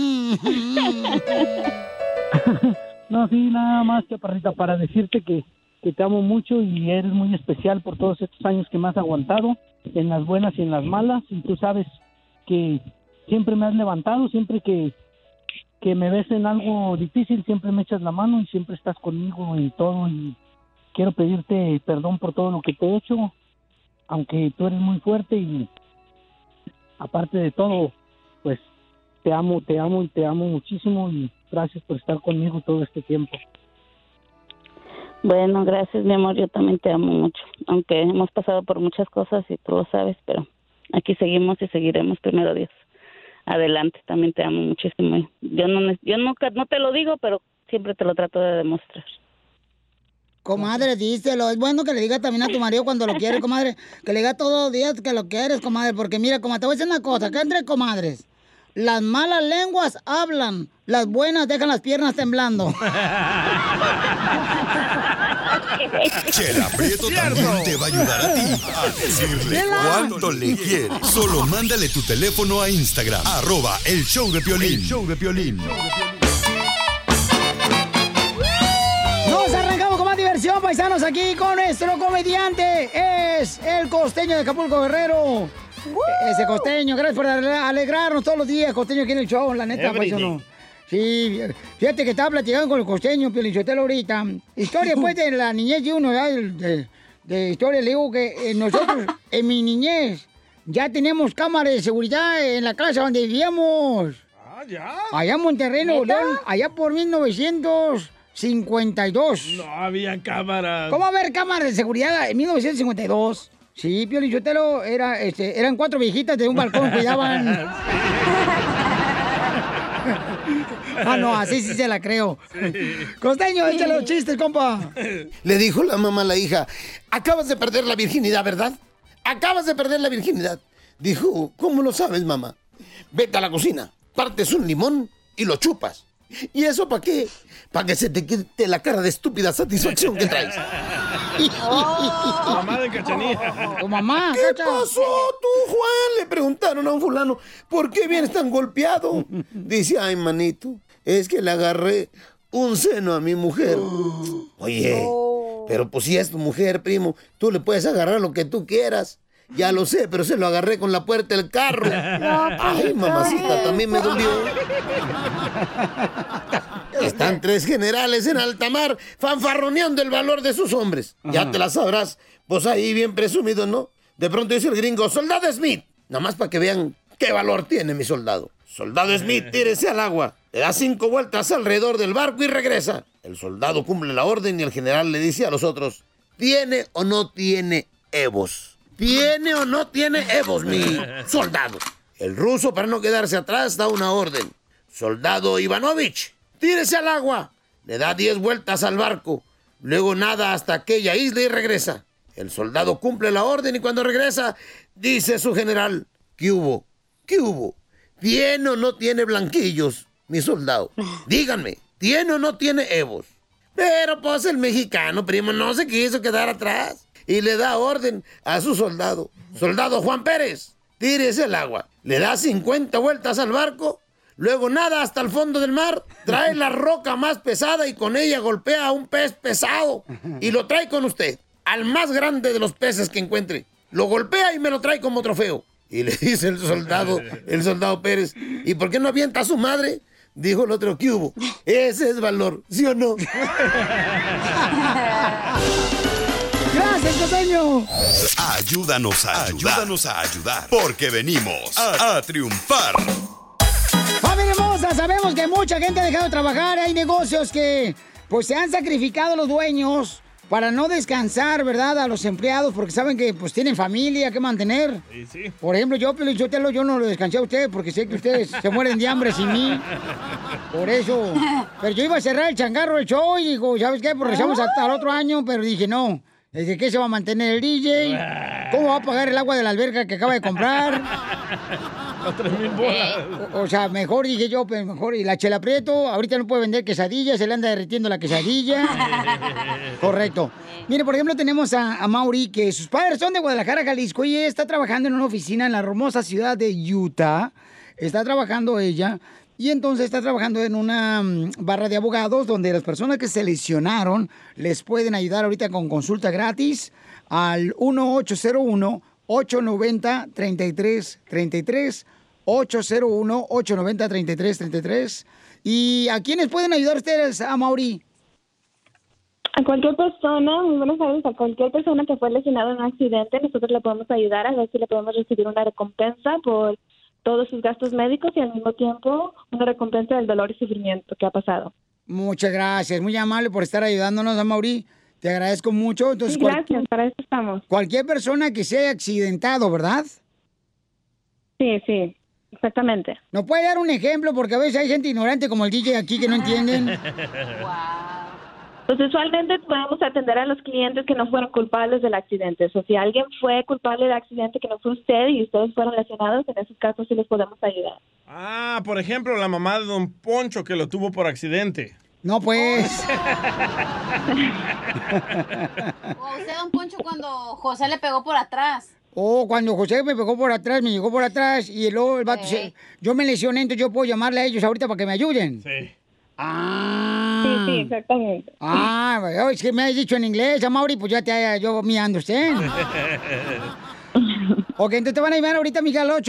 No, sí, nada más, chaparrita, para decirte que te amo mucho y eres muy especial por todos estos años que me has aguantado, en las buenas y en las malas. Y tú sabes que siempre me has levantado, siempre que me ves en algo difícil, siempre me echas la mano y siempre estás conmigo en todo. Y quiero pedirte perdón por todo lo que te he hecho, aunque tú eres muy fuerte y aparte de todo, pues te amo y te amo muchísimo y gracias por estar conmigo todo este tiempo. Bueno, gracias, mi amor. Yo también te amo mucho. Aunque hemos pasado por muchas cosas y tú lo sabes, pero aquí seguimos y seguiremos, primero Dios. Adelante, también te amo muchísimo. Yo nunca, no te lo digo, pero siempre te lo trato de demostrar. Comadre, díselo. Es bueno que le digas también a tu marido cuando lo quiere, comadre. Que le diga todos los días que lo quieres, comadre. Porque mira, comadre, te voy a decir una cosa. Que entre comadres, las malas lenguas hablan. Las buenas dejan las piernas temblando. Chela Prieto también te va a ayudar a ti a decirle cuánto le quieres. Solo mándale tu teléfono a Instagram, @el show de Piolín. El show de Piolín. Nos arrancamos con más diversión, paisanos, aquí con nuestro comediante. Es el costeño de Acapulco, Guerrero. Ese costeño, gracias por alegrarnos todos los días, costeño, aquí en el show, la neta, paisano. Sí, fíjate que estaba platicando con el costeño, Piolichotelo, ahorita. Historia, pues, de la niñez de uno, de historia, le digo que nosotros, en mi niñez, ya teníamos cámaras de seguridad en la casa donde vivíamos. Ah, ¿ya? Allá en Monterrey, Nuevo León, allá por 1952. No había cámaras. ¿Cómo haber cámaras de seguridad en 1952? Sí, Piolichotelo, eran 4 viejitas de un balcón, cuidaban. Ah, no, así sí se la creo. Sí. Costeño, échale los chistes, compa. Le dijo la mamá a la hija, acabas de perder la virginidad, ¿verdad? Acabas de perder la virginidad. Dijo, ¿cómo lo sabes, mamá? Vete a la cocina, partes un limón y lo chupas. ¿Y eso para qué? Para que se te quite la cara de estúpida satisfacción que traes. Mamá de Cachanilla. Tu mamá, ¿qué pasó tú, Juan? Le preguntaron a un fulano, ¿por qué vienes tan golpeado? Dice, ay, manito, es que le agarré un seno a mi mujer. Oye, pero pues si es tu mujer, primo, tú le puedes agarrar lo que tú quieras. Ya lo sé, pero se lo agarré con la puerta del carro. Ay, mamacita, también me dolió. Están 3 generales en alta mar fanfarroneando el valor de sus hombres. Ya te la sabrás. Pues ahí bien presumido, ¿no? De pronto dice el gringo, soldado Smith. Nada más para que vean qué valor tiene mi soldado. Soldado Smith, tírese al agua. Le da 5 vueltas alrededor del barco y regresa. El soldado cumple la orden y el general le dice a los otros, ¿tiene o no tiene Evos? ¿Tiene o no tiene Evos, mi soldado? El ruso, para no quedarse atrás, da una orden. Soldado Ivanovich, tírese al agua. Le da 10 vueltas al barco. Luego nada hasta aquella isla y regresa. El soldado cumple la orden y cuando regresa, dice su general, ¿qué hubo? ¿Qué hubo? ¿Tiene o no tiene blanquillos, mi soldado? Díganme, ¿tiene o no tiene Evos? Pero pues el mexicano, primo, no se quiso quedar atrás. Y le da orden a su soldado. Soldado Juan Pérez, tírese al agua. Le da 50 vueltas al barco. Luego nada hasta el fondo del mar. Trae la roca más pesada y con ella golpea a un pez pesado. Y lo trae con usted. Al más grande de los peces que encuentre. Lo golpea y me lo trae como trofeo. Y le dice el soldado Pérez, ¿y por qué no avienta a su madre? Dijo el otro, ¿qué hubo? Ese es valor, ¿sí o no? ¡Gracias, costeño! Ayúdanos a ayudar. Porque venimos a triunfar. ¡Familia hermosa! Sabemos que mucha gente ha dejado de trabajar. Hay negocios que pues se han sacrificado los dueños para no descansar, ¿verdad? A los empleados porque saben que pues tienen familia que mantener. Sí, sí. Por ejemplo, yo no lo descansé a ustedes porque sé que ustedes se mueren de hambre sin mí. Por eso. Pero yo iba a cerrar el changarro del show y digo, ¿sabes qué? Pues rezamos hasta el otro año, pero dije, no. ¿Desde qué se va a mantener el DJ? ¿Cómo va a pagar el agua de la alberca que acaba de comprar? Las 3,000 bolas. O sea, mejor dije yo, pero mejor. Y la Chela Prieto, ahorita no puede vender quesadillas, se le anda derritiendo la quesadilla. Correcto. Mire, por ejemplo, tenemos a Mauri, que sus padres son de Guadalajara, Jalisco, y ella está trabajando en una oficina en la hermosa ciudad de Utah. Está trabajando ella. Y entonces está trabajando en una barra de abogados donde las personas que se lesionaron les pueden ayudar ahorita con consulta gratis al 1-800-890-3333, 801-890-3333. ¿Y a quiénes pueden ayudar ustedes, a Mauri? A cualquier persona, muy buenas tardes, a cualquier persona que fue lesionada en un accidente, nosotros le podemos ayudar a ver si le podemos recibir una recompensa por todos sus gastos médicos y al mismo tiempo una recompensa del dolor y sufrimiento que ha pasado. Muchas gracias, muy amable por estar ayudándonos, a Mauri. Te agradezco mucho. Entonces, Sí, gracias, para eso estamos. Cualquier persona que se haya accidentado, ¿verdad? Sí, sí, exactamente. ¿Nos puede dar un ejemplo? Porque a veces hay gente ignorante como el DJ aquí que no entienden. Pues usualmente podemos atender a los clientes que no fueron culpables del accidente. O si alguien fue culpable del accidente que no fue usted y ustedes fueron lesionados, en esos casos sí les podemos ayudar. Ah, por ejemplo, la mamá de don Poncho que lo tuvo por accidente. No, pues. O usted, don Poncho, cuando José le pegó por atrás. Oh, cuando José me pegó por atrás, me llegó por atrás y luego el vato yo me lesioné, entonces yo puedo llamarle a ellos ahorita para que me ayuden. Sí. Ah. Sí, exactamente. Ah, es que me has dicho en inglés, Mauri, pues ya yo me understand. Ok, entonces te van a llamar ahorita, mija, al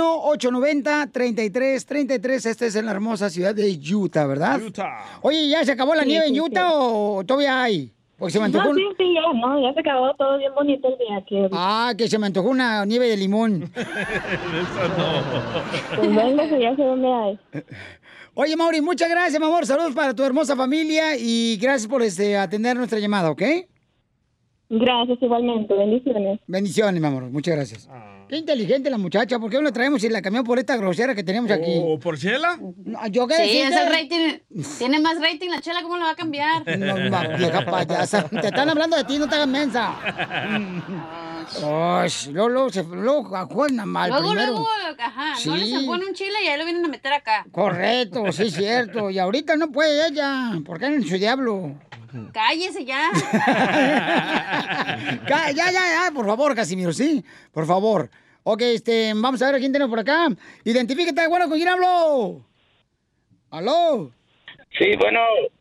801-890-3333. Esta es en la hermosa ciudad de Utah, ¿verdad? Utah. Oye, ¿ya se acabó la nieve en Utah o todavía hay? Porque se me antojó. No, sí, ya se acabó todo bien bonito el día. Que se me antojó una nieve de limón. Eso no. Pues véngase, ya sé dónde hay. Oye, Mauri, muchas gracias, mi amor. Saludos para tu hermosa familia y gracias por atender nuestra llamada, ¿ok? Gracias, igualmente. Bendiciones. Bendiciones, mi amor. Muchas gracias. Qué inteligente la muchacha. ¿Por qué no la traemos y la cambiamos por esta grosera que tenemos aquí? ¿O por Chela? No, ¿yo qué Sí, decirte? es el rating. Tiene más rating la Chela, ¿cómo lo va a cambiar? No, vieja payasa. Te están hablando de ti, no te hagas mensa. Luego se juega mal primero. Luego, ajá, Sí. no les pone un chile y ahí lo vienen a meter acá. Correcto, sí, cierto. Y ahorita no puede ella, porque en su diablo. Cállese ya. Ya, por favor, Casimiro, sí, por favor. Ok, vamos a ver a quién tenemos por acá. Identifíquete, bueno, ¿con quién hablo? ¿Aló? Sí, bueno.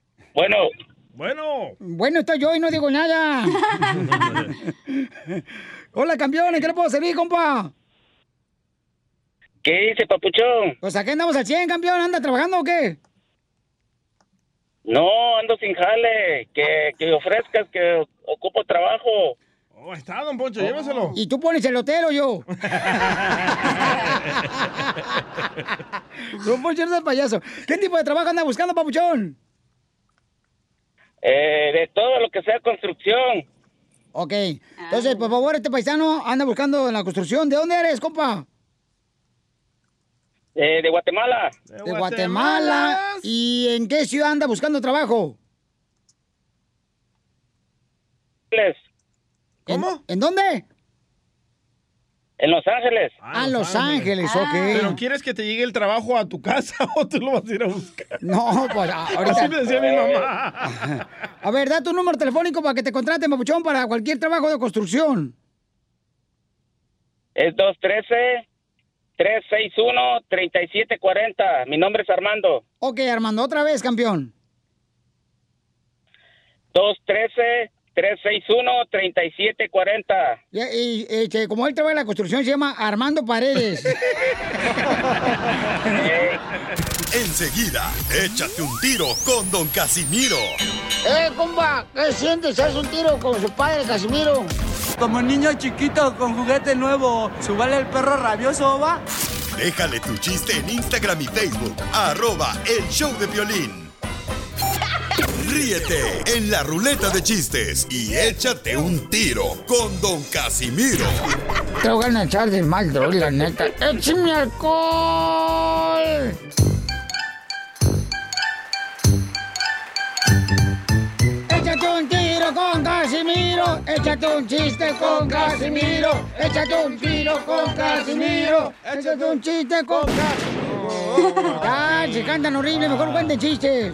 Bueno, estoy yo y no digo nada. Hola, campeón, ¿en qué le puedo servir, compa? ¿Qué dice, papuchón? Pues aquí andamos al 100, campeón. ¿Anda trabajando o qué? No, ando sin jale. Que ofrezcas que ocupo trabajo. Oh, está, don Poncho, lléveselo. ¿Y tú pones el hotel o yo? Don Poncho, eres el payaso. ¿Qué tipo de trabajo anda buscando, papuchón? De todo lo que sea construcción. Ok. Entonces, por favor, este paisano anda buscando en la construcción. ¿De dónde eres, compa? De Guatemala. De Guatemala. ¿Y en qué ciudad anda buscando trabajo? ¿Cómo? ¿En dónde? En Los Ángeles. En Los Ángeles, ok. ¿Pero quieres que te llegue el trabajo a tu casa o tú lo vas a ir a buscar? No, pues ahorita. Así me decía mi mamá. A ver, da tu número telefónico para que te contraten, papuchón, para cualquier trabajo de construcción. Es 213-361-3740. Mi nombre es Armando. Ok, Armando, otra vez, campeón. 213-361-3740. Y como él trabaja en la construcción, se llama Armando Paredes. Enseguida, échate un tiro con don Casimiro. Compa, ¿qué sientes? ¿Haz un tiro con su padre, Casimiro? Como niño chiquito con juguete nuevo, ¿subale el perro rabioso, va? Déjale tu chiste en Instagram y Facebook, @elshowdepiolín. Ríete en la ruleta de chistes y échate un tiro con don Casimiro. Te voy a echar de mal, la neta. ¡Échame alcohol! Échate un tiro con Casimiro. Échate un chiste con Casimiro. Échate un tiro con Casimiro. Échate un chiste con Casimiro. ¡Ah, se cantan horrible! Mejor cuenten chistes.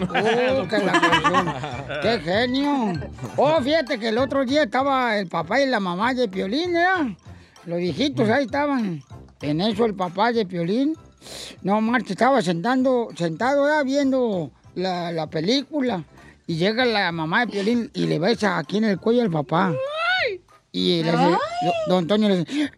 ¡Qué genio! Oh, fíjate que el otro día estaba el papá y la mamá de Piolín, ¿eh? Los viejitos ahí estaban. En eso el papá de Piolín, no, Marta, estaba sentado viendo la película. Y llega la mamá de Piolín y le besa aquí en el cuello al papá. Y le dice, don Antonio le dice...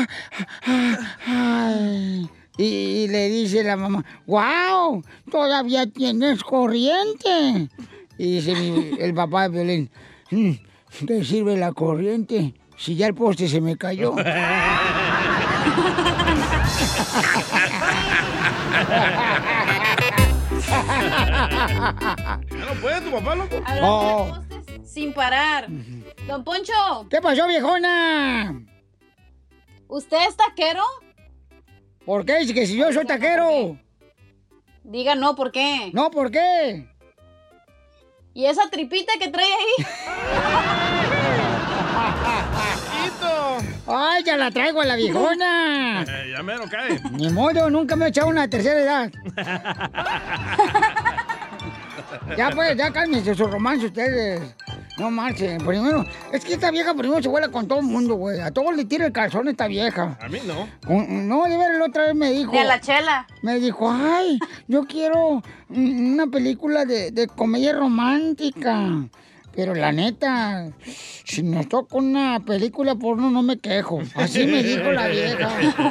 Ay. Y le dice la mamá, ¡wow! ¡Todavía tienes corriente! Y dice el papá de Piolín, ¿qué sirve la corriente si ya el poste se me cayó? ¿Ya no puede tu papá, loco? Hablando de postes, sin parar. Don Poncho. ¿Qué pasó, viejona? ¿Usted es taquero? ¿Por qué? Que si yo soy taquero. Diga no, ¿por qué? No, ¿por qué? ¿Y esa tripita que trae ahí? ¡Ay, ya la traigo a la viejona! Ya mero cae. Ni modo, nunca me he echado una tercera edad. Ya pues, ya cálmense su romance ustedes. No marchen. Primero, es que esta vieja primero se vuela con todo el mundo, güey. A todos le tira el calzón esta vieja. A mí no. No, de ver, la otra vez me dijo... De la chela. Me dijo, ay, yo quiero una película de comedia romántica. Pero la neta, si nos toca una película porno, no me quejo. Así me dijo la vieja.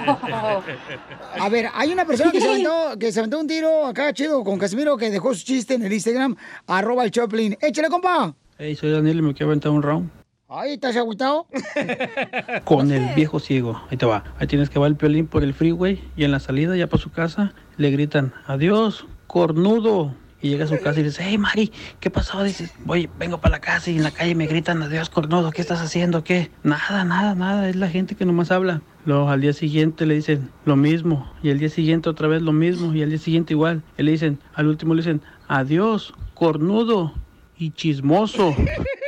A ver, hay una persona que se aventó un tiro acá chido con Casimiro, que dejó su chiste en el Instagram, @el_Choplin. ¡Échale, compa! Hey, soy Daniel y me quiero aventar un round. Ay, ¿estás agüitado? Con el viejo ciego. Ahí te va. Ahí tienes que va el Piolín por el freeway y en la salida, ya para su casa, le gritan, adiós, cornudo. Y llega a su casa y dice, hey, Mari, ¿qué pasó? Dice, vengo para la casa y en la calle me gritan, adiós, cornudo, ¿qué estás haciendo? ¿Qué? Nada, es la gente que nomás habla. Luego al día siguiente le dicen lo mismo, y al día siguiente otra vez lo mismo, y al día siguiente igual. Y le dicen, al último le dicen, adiós, cornudo y chismoso.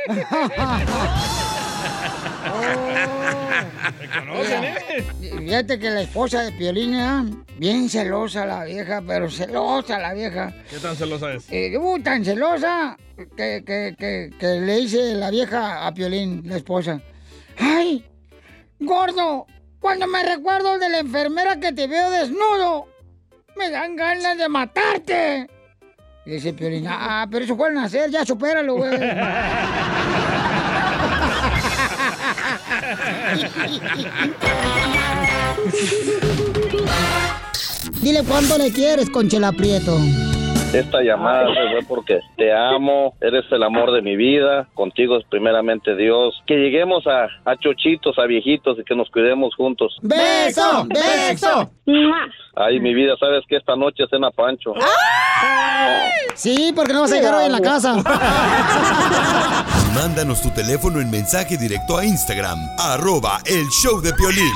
¿Me conocen, Fíjate que la esposa de Piolín, bien celosa la vieja, pero celosa la vieja. ¿Qué tan celosa es? Tan celosa que le dice la vieja a Piolín, la esposa. ¡Ay, gordo! Cuando me recuerdo de la enfermera que te veo desnudo, me dan ganas de matarte. Y dice Piolín, pero eso pueden hacer, ya supéralo, güey. Dile cuánto le quieres, Conchela Prieto. Esta llamada se fue porque te amo, eres el amor de mi vida, contigo es primeramente Dios. Que lleguemos a chochitos, a viejitos y que nos cuidemos juntos. ¡Beso! ¡Beso! Ay, mi vida, ¿sabes que esta noche cena Pancho? Sí, porque no vas a llegar hoy en la casa. Mándanos tu teléfono en mensaje directo a Instagram, @el_show_de_Piolín.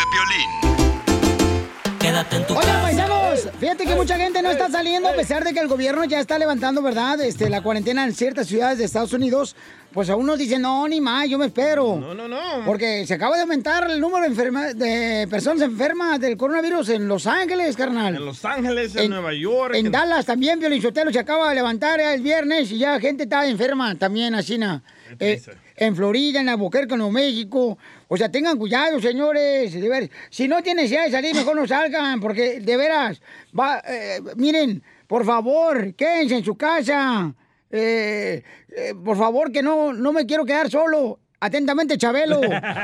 Quédate en tu casa. Oigan, paisanos, fíjate que mucha gente no está saliendo a pesar de que el gobierno ya está levantando, ¿verdad? La cuarentena en ciertas ciudades de Estados Unidos. Pues a unos dicen, no, ni más, yo me espero. No. Porque se acaba de aumentar el número de personas enfermas del coronavirus en Los Ángeles, carnal. En Los Ángeles, en Nueva York. En Dallas también, Piolín Sotelo se acaba de levantar el viernes y ya gente está enferma también, así, en Florida, en Albuquerque, Nuevo México. O sea, tengan cuidado, señores. De ver, si no tienen necesidad de salir, mejor no salgan, porque de veras, miren, por favor, quédense en su casa. Por favor, que no me quiero quedar solo. Atentamente, Chabelo.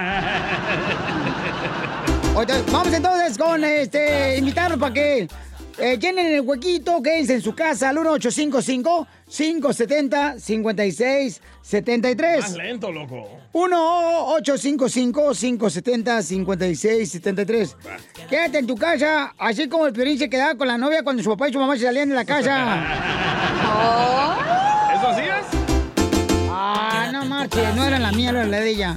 Vamos entonces con invitarlos para que llenen el huequito, quédense en su casa al 1855-570-5673. Más lento, loco. 1-855-570-5673. Quédate en tu casa, así como el Piolín se quedaba con la novia cuando su papá y su mamá se salían de la casa. ¿Eso hacías? No marches, no era la mía, era la de ella.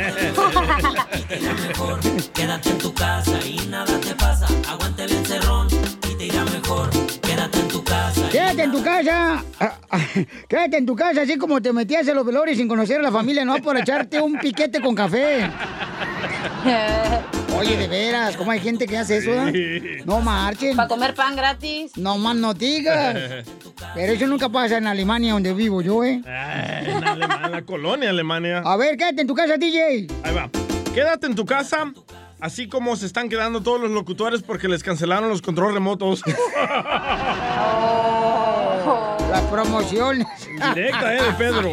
Quédate en tu casa y nada te pasa. Aguante el encerrón y te irá mejor. Quédate en tu casa. Quédate en tu casa. Quédate en tu casa, así como te metías en los velorios sin conocer a la familia, no por echarte un piquete con café. Oye, de veras, ¿cómo hay gente que hace eso? No marchen. Para comer pan gratis. No más no digas. Pero eso nunca pasa en Alemania, donde vivo yo, en la colonia Alemania. A ver, quédate en tu casa, DJ. Ahí va. Quédate en tu casa, así como se están quedando todos los locutores porque les cancelaron los controles remotos. Las promociones. Directa, de Pedro.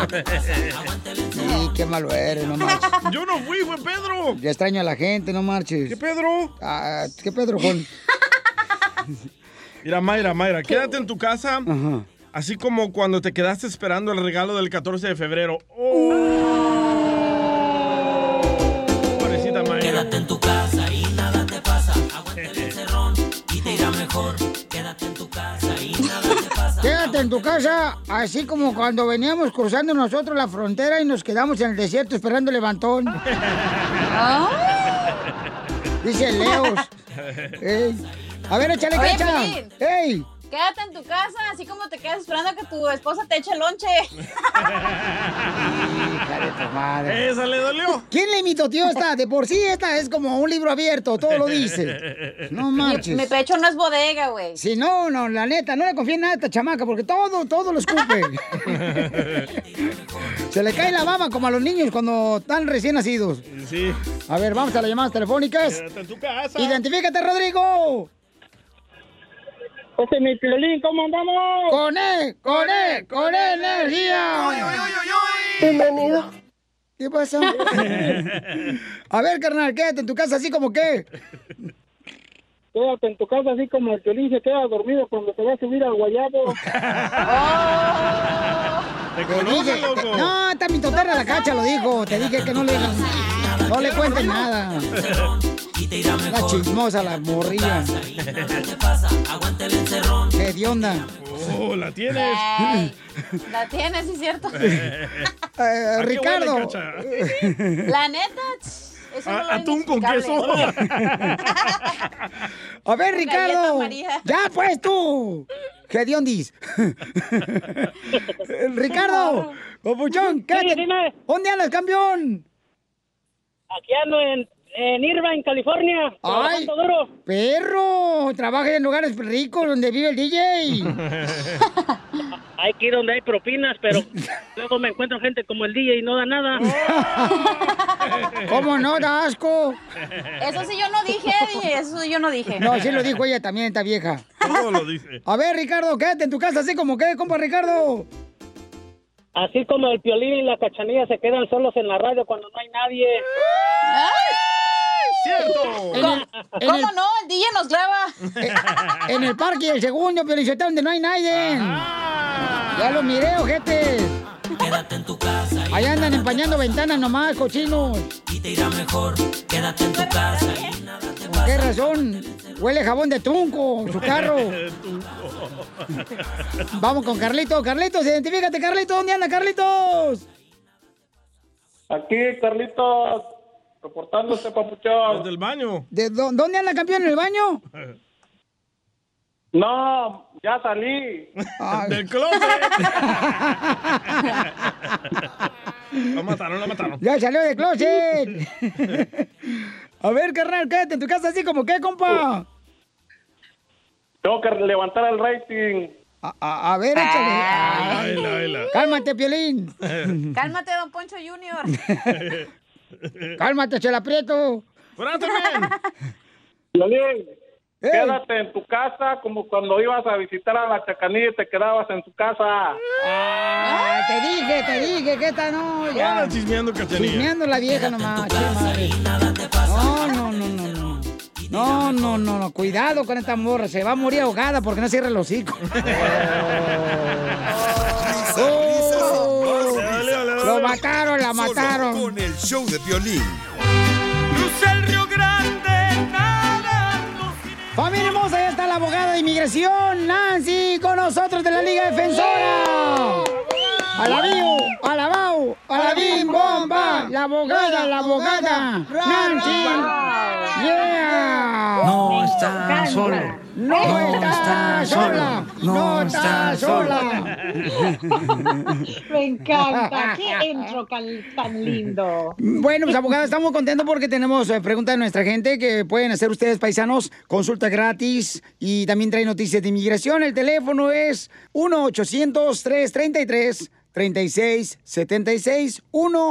Sí, qué malo eres, no marches. Yo no fui, fue Pedro. Ya extraño a la gente, no marches. ¿Qué Pedro? ¿Qué Pedro, Juan? Mira, Mayra, quédate en tu casa, así como cuando te quedaste esperando el regalo del 14 de febrero. Pobrecita Mayra. Quédate en tu casa y nada te pasa. Aguante el encerrón y te irá mejor. Quédate en tu casa y nada te pasa. Quédate en tu casa así como cuando veníamos cruzando nosotros la frontera y nos quedamos en el desierto esperando el levantón. Dice Leos. Ey. A ver, échale, Oye, Cacha. Pelín. ¡Ey! Quédate en tu casa, así como te quedas esperando a que tu esposa te eche lonche. Hija de tu madre. ¿Esa le dolió? ¿Quién le mitoteó esta? De por sí esta es como un libro abierto, todo lo dice. No marches. Mi pecho no es bodega, güey. Sí, no, la neta, no le confíe en nada a esta chamaca, porque todo lo escupe. Se le cae la baba como a los niños cuando están recién nacidos. Sí. A ver, vamos a las llamadas telefónicas. Quédate en tu casa. ¡Identifícate, Rodrigo! Este es mi Piolín, ¿cómo andamos? ¡Con energía! Bienvenido. ¿Qué pasa? A ver, carnal, quédate en tu casa así como que... Quédate en tu casa así como el Piolín se queda dormido cuando se va a subir al guayabo. ¿Te conoce, loco? No, está mi totera la Cacha, lo dijo. Te dije que no le cuenten nada. La chismosa, la morrilla. ¿Qué onda? Oh, la tienes. La tienes, sí es cierto. Ricardo. La neta. Eso no lo atún con queso. A ver, Ricardo. María. Ya, pues tú. ¿Qué diondis? Ricardo, papuchón, Sí, dime. ¿dónde andas, campeón? Aquí ando en Irvine, California. ¡Ay, Trabajando duro. perro! Trabaja en lugares ricos donde vive el DJ. Hay que ir donde hay propinas, pero luego me encuentro gente como el DJ y no da nada. ¿Cómo no? Da asco. Eso sí yo no dije, DJ, eso yo no dije. No, sí lo dijo ella también, esta vieja. Todo lo dice. A ver, Ricardo, quédate en tu casa así como que, compa Ricardo. Así como el Piolín y la Cachanilla se quedan solos en la radio cuando no hay nadie. ¡Cierto! ¿Cómo no? El DJ nos graba. En el parque del segundo, pero donde no hay nadie. Ya lo miré, ojete. Quédate en tu casa. Ahí andan empañando ventanas nomás, cochinos. Y te irá mejor. Quédate en tu casa. ¿Con qué razón? Huele jabón de tunco, su carro. Vamos con Carlitos. Carlitos, identifícate, Carlitos. ¿Dónde anda, Carlitos? Aquí, Carlitos, reportándose, papuchón. Desde el baño. ¿Dónde anda, campeón? ¿En el baño? No, ya salí. Del closet. Lo mataron. Ya salió del closet. A ver, carnal, quédate en tu casa así como que, compa. Tengo que levantar el rating. A ver, échale. Cálmate, Piolín. Cálmate, don Poncho Junior. Cálmate, Chela Prieto. ¡Fuera también! Piolín, quédate en tu casa como cuando ibas a visitar a la Chacanilla y te quedabas en tu casa. Te dije que esta no, ya. Anda chismeando, Cachanilla. Chismeando la vieja nomás, che madre. No, cuidado con esta morra, se va a morir ahogada porque no cierra el hocico. Lo mataron, la mataron. Con el show de Piolín. Cruza el Río Grande, nada. Familia hermosa, ya está la abogada de inmigración, Nancy, con nosotros de la Liga Defensora. Alabío, alabao, alabim, bomba, la abogada, Nancy. Yeah. No está sola. No está sola. No está sola. Me encanta. Qué intro tan lindo. Bueno, pues abogada, estamos contentos porque tenemos preguntas de nuestra gente que pueden hacer ustedes, paisanos, consulta gratis y también trae noticias de inmigración. El teléfono es 1-800-333-3676,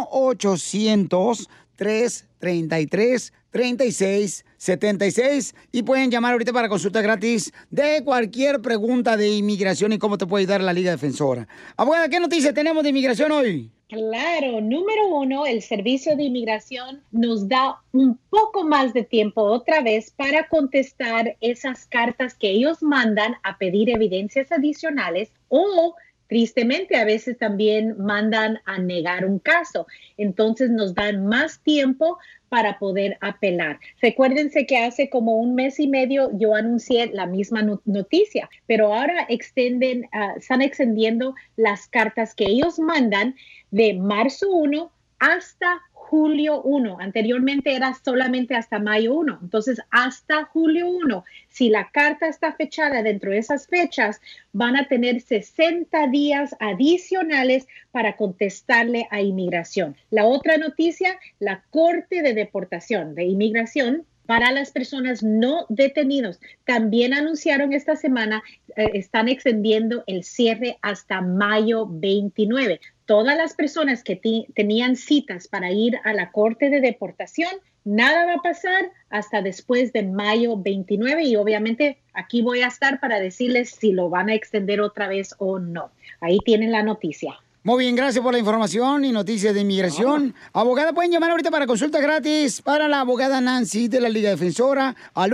1-800-333-3676 y pueden llamar ahorita para consulta gratis de cualquier pregunta de inmigración y cómo te puede ayudar la Liga Defensora. Abogada, ¿qué noticias tenemos de inmigración hoy? Claro, número 1, el Servicio de Inmigración nos da un poco más de tiempo otra vez para contestar esas cartas que ellos mandan a pedir evidencias adicionales o tristemente a veces también mandan a negar un caso. Entonces nos dan más tiempo para poder apelar. Recuérdense que hace como un mes y medio yo anuncié la misma noticia, pero ahora están extendiendo las cartas que ellos mandan de marzo 1 hasta julio 1. Anteriormente era solamente hasta mayo 1. Entonces, hasta julio 1, si la carta está fechada dentro de esas fechas, van a tener 60 días adicionales para contestarle a inmigración. La otra noticia, la Corte de Deportación de Inmigración para las personas no detenidos, también anunciaron esta semana, están extendiendo el cierre hasta mayo 29. Todas las personas que tenían citas para ir a la Corte de Deportación, nada va a pasar hasta después de mayo 29 y obviamente aquí voy a estar para decirles si lo van a extender otra vez o no. Ahí tienen la noticia. Muy bien, gracias por la información y noticias de inmigración. Abogada, pueden llamar ahorita para consulta gratis para la abogada Nancy de la Liga Defensora al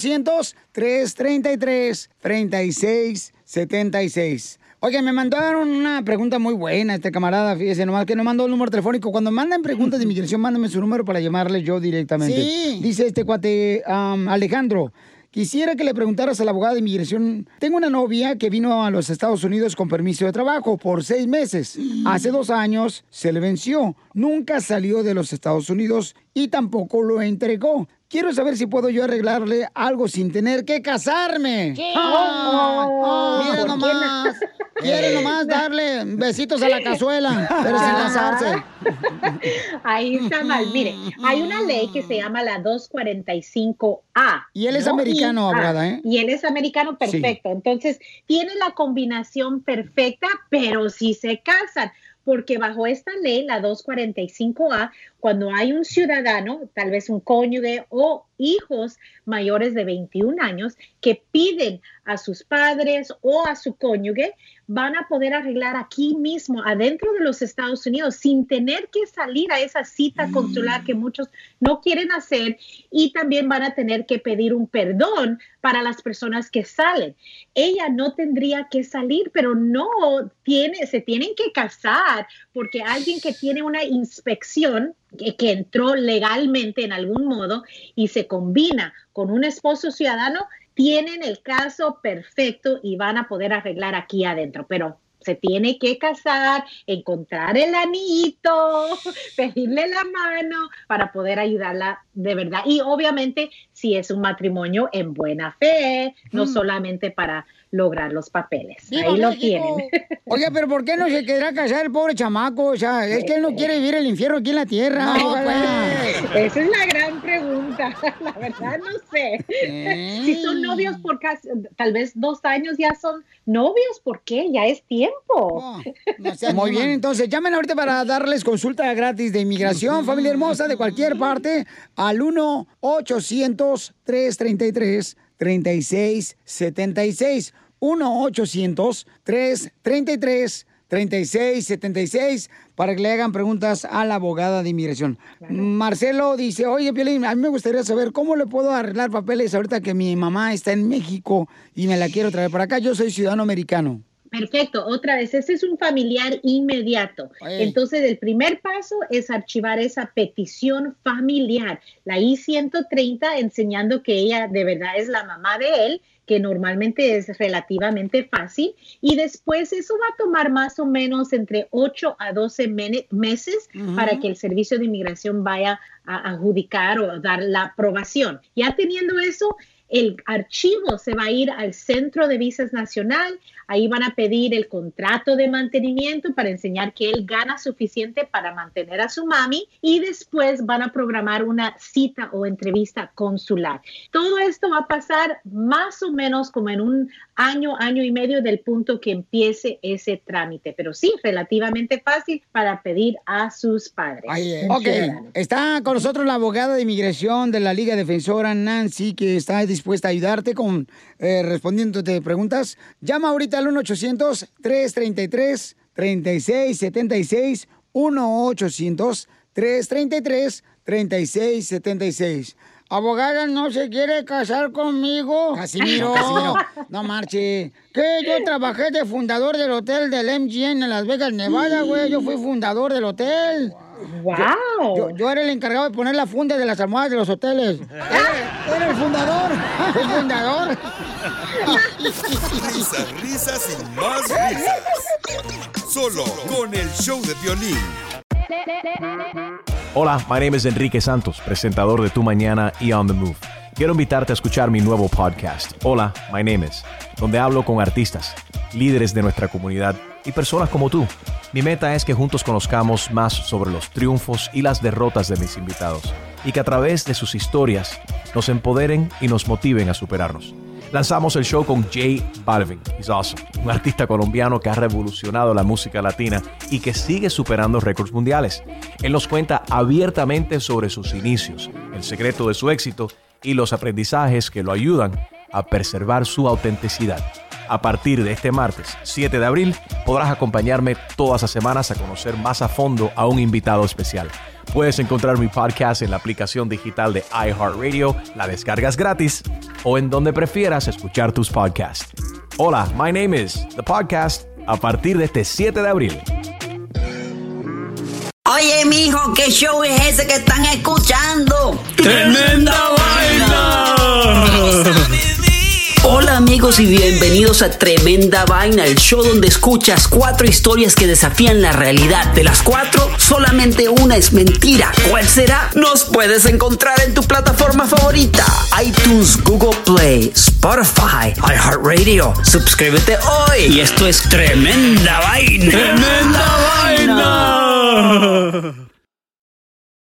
1-800-333-3676. Oye, me mandaron una pregunta muy buena este camarada, fíjese nomás que nos mandó el número telefónico. Cuando mandan preguntas de inmigración, mándenme su número para llamarle yo directamente. Sí. Dice este cuate, Alejandro, quisiera que le preguntaras a la abogada de inmigración. Tengo una novia que vino a los Estados Unidos con permiso de trabajo por 6 meses. Hace 2 años se le venció. Nunca salió de los Estados Unidos y tampoco lo entregó. Quiero saber si puedo yo arreglarle algo sin tener que casarme. ¿Qué? Mira nomás. Quiere nomás darle besitos a la cazuela, pero sin casarse. Ahí está mal. Mire, hay una ley que se llama la 245A. Y él es americano, abogada, ¿eh? Y él es americano, perfecto. Sí. Entonces, tiene la combinación perfecta, pero si se casan. Porque bajo esta ley, la 245A, cuando hay un ciudadano, tal vez un cónyuge o hijos mayores de 21 años que piden a sus padres o a su cónyuge, van a poder arreglar aquí mismo, adentro de los Estados Unidos, sin tener que salir a esa cita consular que muchos no quieren hacer, y también van a tener que pedir un perdón para las personas que salen. Ella no tendría que salir, pero se tienen que casar porque alguien que tiene una inspección que entró legalmente en algún modo y se combina con un esposo ciudadano, tienen el caso perfecto y van a poder arreglar aquí adentro, pero se tiene que casar, encontrar el anillito, pedirle la mano para poder ayudarla de verdad. Y obviamente si es un matrimonio en buena fe, no solamente para lograr los papeles. Ahí lo tienen. Oye, pero ¿por qué no se quedará casar el pobre chamaco? O sea, es que él no quiere vivir el infierno aquí en la tierra. No, pues, esa es la gran pregunta. La verdad no sé. Si son novios por tal vez 2 años ya son novios, ¿por qué? Ya es tiempo. Muy bien, entonces llamen ahorita para darles consulta gratis de inmigración, familia hermosa, de cualquier parte, al 1-800-333-3676. 1-800-333-3676 para que le hagan preguntas a la abogada de inmigración. Claro. Marcelo dice, oye, Piolín, a mí me gustaría saber cómo le puedo arreglar papeles ahorita que mi mamá está en México y me la quiero traer para acá. Yo soy ciudadano americano. Perfecto, otra vez, ese es un familiar inmediato. Entonces, el primer paso es archivar esa petición familiar, la I-130, enseñando que ella de verdad es la mamá de él, que normalmente es relativamente fácil, y después eso va a tomar más o menos entre 8 a 12 meses para que el Servicio de Inmigración vaya a adjudicar o dar la aprobación. Ya teniendo eso, el archivo se va a ir al Centro de Visas Nacional. Ahí van a pedir el contrato de mantenimiento para enseñar que él gana suficiente para mantener a su mami, y después van a programar una cita o entrevista consular. Todo esto va a pasar más o menos como en un año, año y medio del punto que empiece ese trámite. Pero sí, relativamente fácil para pedir a sus padres. Ok, está con nosotros la abogada de inmigración de la Liga Defensora, Nancy, que está dispuesta a ayudarte con respondiéndote preguntas. Llama ahorita al 1-800-333-3676, 1-800-333-3676. abogada, ¿no se quiere casar conmigo? Casimiro, no marche. ¿Qué? Yo trabajé de fundador del hotel del MGM en Las Vegas, Nevada, güey. Yo fui fundador del hotel. ¡Wow! Yo era el encargado de poner la funda de las almohadas de los hoteles. Era el fundador. El fundador. Risas, risas y más risas. Solo con el show de Piolín. Hola, my name is Enrique Santos, presentador de Tu Mañana y On The Move. Quiero invitarte a escuchar mi nuevo podcast, Hola, my name is, donde hablo con artistas, líderes de nuestra comunidad y personas como tú. Mi meta es que juntos conozcamos más sobre los triunfos y las derrotas de mis invitados y que a través de sus historias nos empoderen y nos motiven a superarnos. Lanzamos el show con J Balvin, he's awesome, un artista colombiano que ha revolucionado la música latina y que sigue superando récords mundiales. Él nos cuenta abiertamente sobre sus inicios, el secreto de su éxito y los aprendizajes que lo ayudan a preservar su autenticidad. A partir de este martes, 7 de abril, podrás acompañarme todas las semanas a conocer más a fondo a un invitado especial. Puedes encontrar mi podcast en la aplicación digital de iHeartRadio, la descargas gratis, o en donde prefieras escuchar tus podcasts. Hola, my name is The Podcast, a partir de este 7 de abril. Oye, mijo, ¿qué show es ese que están escuchando? ¡Tremenda Vaina! Hola amigos y bienvenidos a Tremenda Vaina, el show donde escuchas 4 historias que desafían la realidad. De las 4, solamente una es mentira. ¿Cuál será? Nos puedes encontrar en tu plataforma favorita: iTunes, Google Play, Spotify, iHeartRadio. Suscríbete hoy. Y esto es Tremenda Vaina.